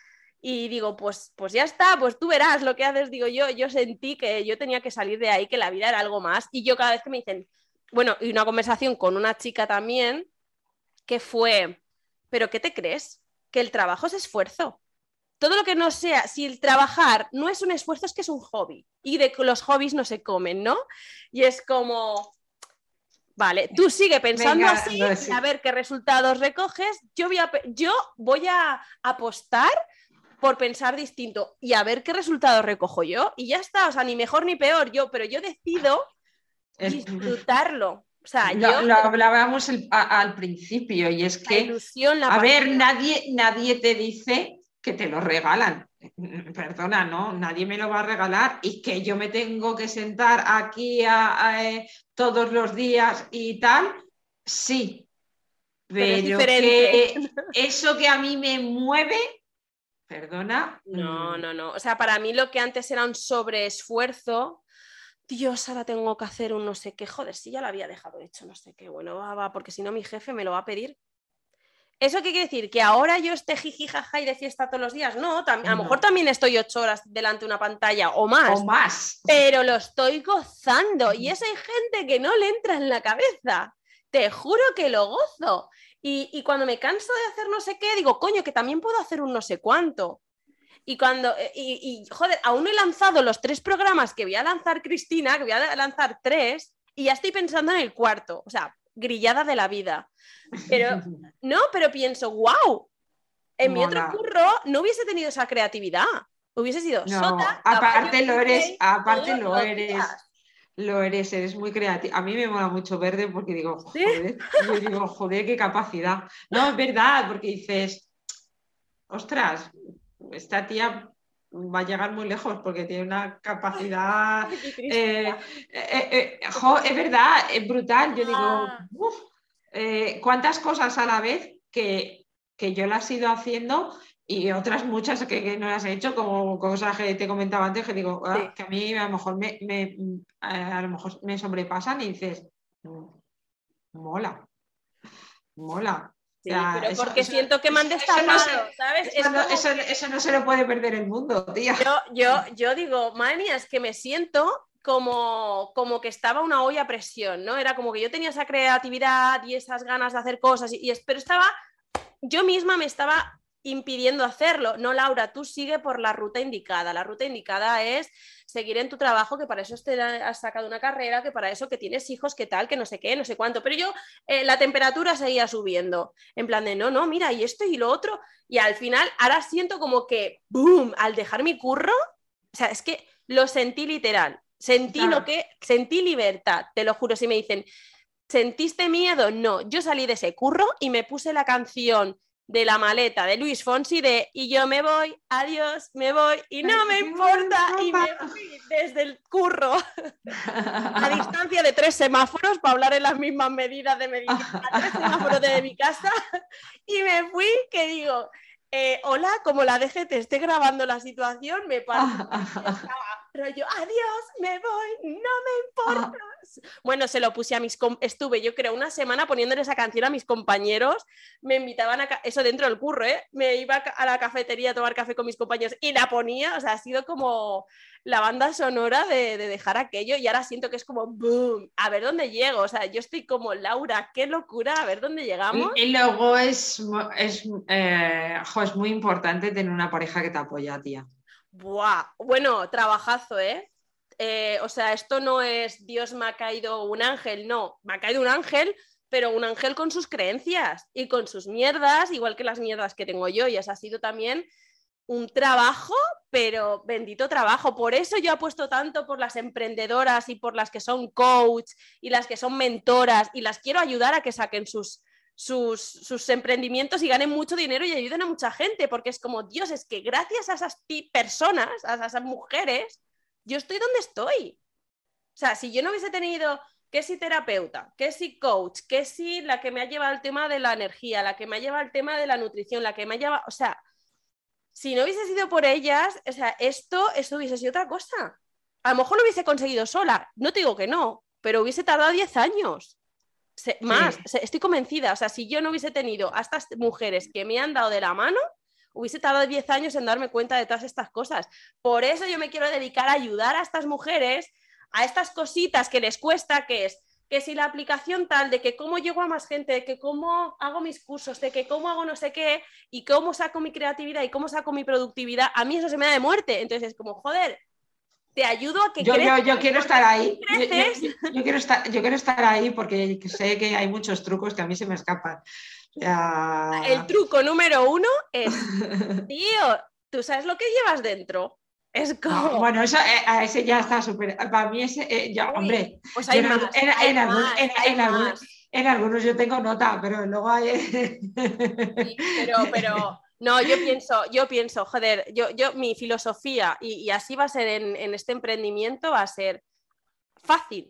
y digo, pues ya está, pues tú verás lo que haces. Digo, yo sentí que yo tenía que salir de ahí, que la vida era algo más. Y yo cada vez que me dicen, bueno, y una conversación con una chica también, que fue, ¿pero qué te crees? Que el trabajo es esfuerzo. Todo lo que no sea, si el trabajar no es un esfuerzo, es que es un hobby. y de que los hobbies no se comen, ¿no? Y es como, vale, tú sigue pensando Venga, así, no, y sí. a ver qué resultados recoges. Yo voy a apostar por pensar distinto y a ver qué resultados recojo yo. Y ya está, o sea, ni mejor ni peor, pero yo decido disfrutarlo. O sea, Lo hablábamos al principio y es la que, ilusión, la a ver, pasión. nadie te dice que te lo regalan. Perdona, ¿no? Nadie me lo va a regalar y que yo me tengo que sentar aquí todos los días y tal, sí, Pero es pero diferente. que eso que a mí me mueve, perdona. No. O sea, para mí lo que antes era un sobreesfuerzo, Dios, ahora tengo que hacer un no sé qué, joder, si ya lo había dejado hecho, no sé qué, bueno, va, porque si no mi jefe me lo va a pedir. ¿Eso qué quiere decir? ¿Que ahora yo esté jiji jaja y de fiesta todos los días? No, a lo mejor No, también estoy 8 horas delante de una pantalla o o más, más. pero lo estoy gozando y eso hay gente que no le entra en la cabeza. Te juro que lo gozo. Y cuando me canso de hacer no sé qué, digo, coño, que también puedo hacer un no sé cuánto. Joder, aún no he lanzado los 3 programas que voy a lanzar Cristina, que voy a lanzar 3, y ya estoy pensando en el cuarto. O sea, grillada de la vida. Pero, no, pero pienso, wow, en mi otro Mola. curro no hubiese tenido esa creatividad. Hubiese sido sota, No, caballo aparte lo y eres, rey todos los eres. días. Eres muy creativo. A mí me mola mucho verde porque digo, ¿Sí? joder, yo digo, joder, qué capacidad. No, es verdad, porque dices, ostras, esta tía va a llegar muy lejos porque tiene una capacidad. Ay, qué triste. Es verdad, es brutal. Yo digo, Ah, uff, cuántas cosas a la vez que yo las he ido haciendo y otras muchas que no las he hecho, como cosas que te comentaba antes, que digo, sí. que a mí a lo mejor a lo mejor me sobrepasan y dices, "Mm, mola, mola". O Sí, sea, pero porque siento que me han destapado, ¿sabes? Es como que eso no se lo puede perder el mundo, tía. yo digo, madre mía, es que me siento como que estaba una olla a presión, ¿no? Era como que yo tenía esa creatividad y esas ganas de hacer cosas, pero yo misma me estaba impidiendo hacerlo. No, Laura, tú sigue por la ruta indicada. La ruta indicada es seguir en tu trabajo, que para eso te has sacado una carrera, que para eso que tienes hijos, que tal, que no sé qué, no sé cuánto. Pero yo, la temperatura seguía subiendo. En plan de, no, mira, y esto y lo otro. Y al final, ahora siento como que, boom, al dejar mi curro, o sea, es que lo sentí literal. Claro. Sentí libertad, te lo juro. Si me dicen, ¿sentiste miedo? No, yo salí de ese curro y me puse la canción de La Maleta de Luis Fonsi de y yo me voy, adiós, me voy y no me importa y me fui desde el curro a distancia de 3 semáforos para hablar en las mismas medidas de medición, a 3 semáforos de mi casa y me fui que digo, hola, como la DGT esté grabando la situación, me parto. Pero yo, adiós, me voy, no me importa. Bueno, se lo puse a estuve yo creo una semana poniéndole esa canción a mis compañeros, me invitaban eso dentro del curro, ¿eh? Me iba a la cafetería a tomar café con mis compañeros y la ponía, o sea, ha sido como la banda sonora de dejar aquello y ahora siento que es como boom, a ver dónde llego, o sea, yo estoy como Laura, qué locura, a ver dónde llegamos. Y luego es muy importante tener una pareja que te apoya, tía. Buah, bueno, trabajazo, ¿eh? O sea, esto no es Dios me ha caído un ángel, no, me ha caído un ángel, pero un ángel con sus creencias y con sus mierdas, igual que las mierdas que tengo yo, y eso ha sido también un trabajo, pero bendito trabajo. Por eso yo apuesto tanto por las emprendedoras y por las que son coach y las que son mentoras y las quiero ayudar a que saquen sus emprendimientos y ganen mucho dinero y ayuden a mucha gente, porque es como, Dios, es que gracias a esas personas, a esas mujeres, yo estoy donde estoy. O sea, si yo no hubiese tenido que si terapeuta, que si coach, que si la que me ha llevado al tema de la energía, la que me ha llevado al tema de la nutrición, la que me ha llevado, o sea, si no hubiese sido por ellas, o sea, esto hubiese sido otra cosa. A lo mejor lo hubiese conseguido sola, no te digo que no, pero hubiese tardado 10 años. Más, Sí. estoy convencida. O sea, si yo no hubiese tenido a estas mujeres que me han dado de la mano, hubiese tardado 10 años en darme cuenta de todas estas cosas. Por eso yo me quiero dedicar a ayudar a estas mujeres, a estas cositas que les cuesta, que es que si la aplicación tal, de que cómo llego a más gente, de que cómo hago mis cursos, de que cómo hago no sé qué, y cómo saco mi creatividad y cómo saco mi productividad, a mí eso se me da de muerte. Entonces es como, joder, te ayudo a que yo quiero estar ahí. Yo quiero estar ahí porque sé que hay muchos trucos que a mí se me escapan. El truco número 1 es, tío, ¿tú sabes lo que llevas dentro? Es como... No, bueno, eso a ese ya está súper. Para mí ese, hombre, pues hay más, en algunos yo tengo nota, pero luego hay... Sí, pero no, yo pienso, joder, mi filosofía, y así va a ser en este emprendimiento, va a ser fácil,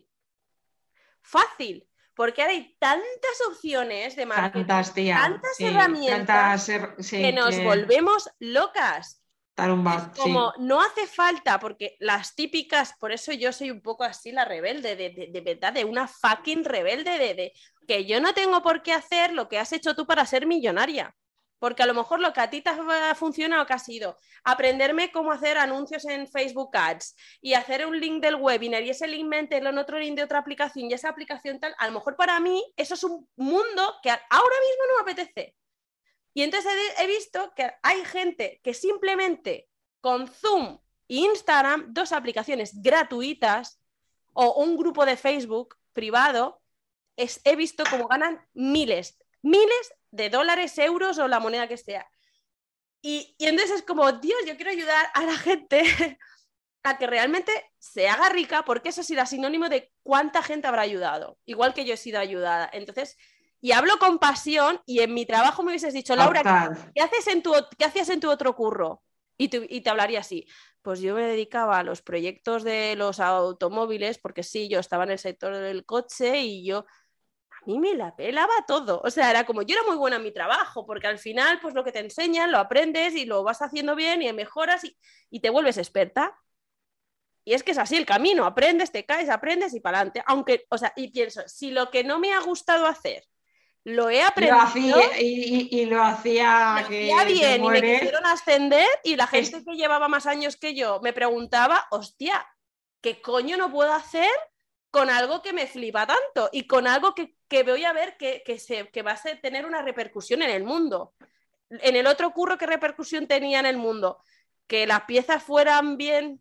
porque ahora hay tantas opciones de marketing, tantas herramientas que nos volvemos locas. Como no hace falta, porque las típicas, por eso yo soy un poco así la rebelde, de verdad, de una fucking rebelde, de que yo no tengo por qué hacer lo que has hecho tú para ser millonaria. Porque a lo mejor lo que a ti te ha funcionado que ha sido aprenderme cómo hacer anuncios en Facebook Ads y hacer un link del webinar y ese link meterlo en otro link de otra aplicación y esa aplicación tal, a lo mejor para mí eso es un mundo que ahora mismo no me apetece. Y entonces he visto que hay gente que simplemente con Zoom e Instagram, 2 aplicaciones gratuitas o un grupo de Facebook privado, he visto cómo ganan miles de dólares, euros o la moneda que sea. Y entonces es como, Dios, yo quiero ayudar a la gente a que realmente se haga rica, porque eso será sinónimo de cuánta gente habrá ayudado, igual que yo he sido ayudada. Entonces... Y hablo con pasión y en mi trabajo me hubieses dicho, Laura, ¿qué hacías en tu otro curro? Y te hablaría así. Pues yo me dedicaba a los proyectos de los automóviles, porque sí, yo estaba en el sector del coche y a mí me la pelaba todo. O sea, era como, yo era muy buena en mi trabajo, porque al final, pues lo que te enseñan, lo aprendes y lo vas haciendo bien y mejoras y te vuelves experta. Y es que es así el camino, aprendes, te caes, aprendes y para adelante. Aunque, o sea, y pienso, si lo que no me ha gustado hacer lo he aprendido lo hacía bien y me quisieron ascender y la gente que llevaba más años que yo me preguntaba, hostia, ¿qué coño no puedo hacer con algo que me flipa tanto y con algo que voy a ver que va a tener una repercusión en el mundo? En el otro curro, ¿qué repercusión tenía en el mundo? Que las piezas fueran bien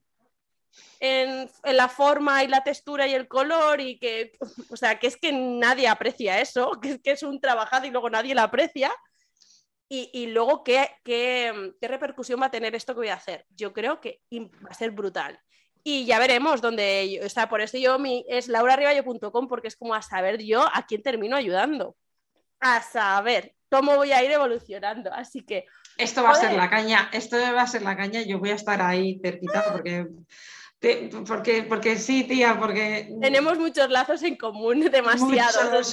en la forma y la textura y el color y que, o sea, que es que nadie aprecia eso, que es un trabajado y luego nadie lo aprecia. Y luego, ¿qué repercusión va a tener esto que voy a hacer? Yo creo que va a ser brutal. Y ya veremos dónde, o sea, por eso es laurariballo.com, porque es como a saber yo a quién termino ayudando. A saber cómo voy a ir evolucionando. Así que... Esto va a ser la caña, yo voy a estar ahí cerquita porque sí, tía, porque... Tenemos muchos lazos en común, demasiados.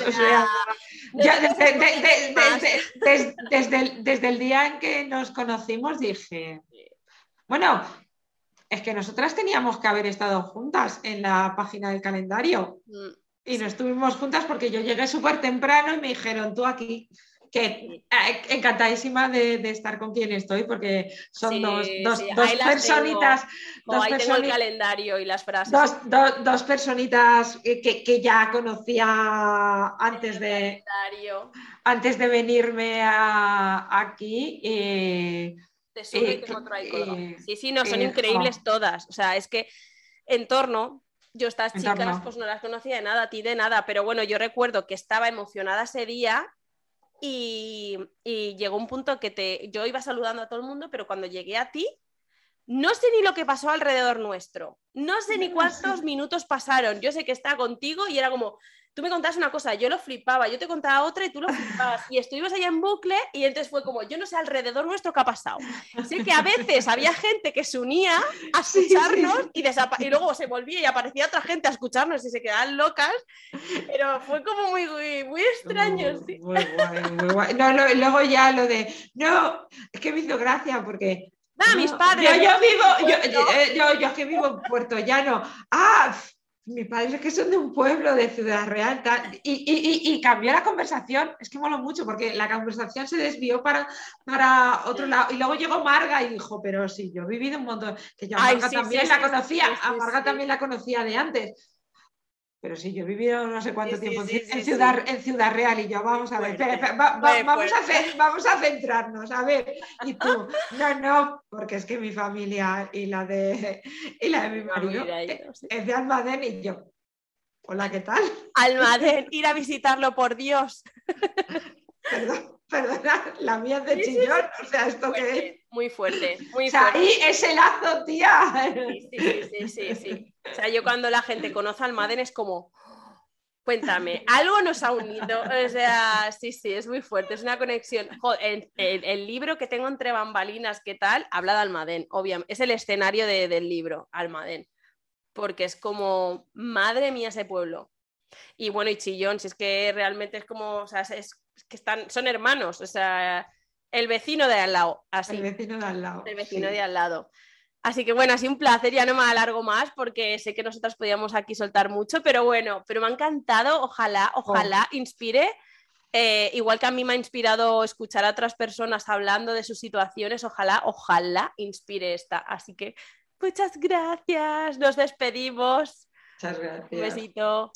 Desde el día en que nos conocimos dije, bueno, es que nosotras teníamos que haber estado juntas en la página del calendario y no estuvimos juntas porque yo llegué súper temprano y me dijeron, tú aquí... que encantadísima de estar con quien estoy porque son dos personitas. Ahí tengo el calendario y las frases. Dos personitas que ya conocía antes de venirme aquí. Te sube que otro ahí colgado. Sí, no, son increíbles todas. O sea, es que en torno, yo estas chicas pues no las conocía de nada, a ti de nada, pero bueno, yo recuerdo que estaba emocionada ese día. Y llegó un punto que yo iba saludando a todo el mundo, pero cuando llegué a ti, no sé ni lo que pasó alrededor nuestro, no sé ni cuántos minutos pasaron, yo sé que estaba contigo y era como, tú me contabas una cosa, yo lo flipaba, yo te contaba otra y tú lo flipabas y estuvimos allá en bucle y entonces fue como, yo no sé alrededor nuestro qué ha pasado. Sé que a veces había gente que se unía a escucharnos y luego se volvía y aparecía otra gente a escucharnos y se quedaban locas, pero fue como muy, muy, muy extraño. Sí. Muy guay. No, luego ya lo de, no, es que me hizo gracia porque... mis padres. Yo que vivo en Puerto Llano. Mis padres es que son de un pueblo de Ciudad Real y cambió la conversación. Es que moló mucho porque la conversación se desvió para otro lado y luego llegó Marga y dijo, pero sí, yo he vivido un montón, que yo a Marga también la conocía, a Marga también la conocía de antes. Pero si yo he vivido no sé cuánto tiempo en sí. Ciudad Real y yo, vamos a ver, espera, vamos a centrarnos, a ver, y tú, no, porque es que mi familia y la de mi marido es de Almadén y yo, hola, ¿qué tal? Almadén, ir a visitarlo, por Dios. Perdona, la mía es de Chillón, o sea, ¿esto qué es? Muy fuerte, muy o sea, fuerte. ahí ese lazo, tía. Sí. O sea, yo cuando la gente conoce Almadén es como, cuéntame, algo nos ha unido. O sea, sí, es muy fuerte, es una conexión. Joder, el libro que tengo entre bambalinas, ¿qué tal? Habla de Almadén, obviamente. Es el escenario del libro, Almadén. Porque es como, madre mía, ese pueblo. Y bueno, y Chillón, si es que realmente es como, o sea, es que son hermanos, o sea, el vecino de al lado, así. El vecino de al lado. El vecino de al lado. Así que bueno, ha sido un placer, ya no me alargo más porque sé que nosotras podíamos aquí soltar mucho, pero bueno, pero me ha encantado, ojalá inspire, igual que a mí me ha inspirado escuchar a otras personas hablando de sus situaciones, ojalá inspire esta. Así que muchas gracias, nos despedimos. Muchas gracias. Un besito.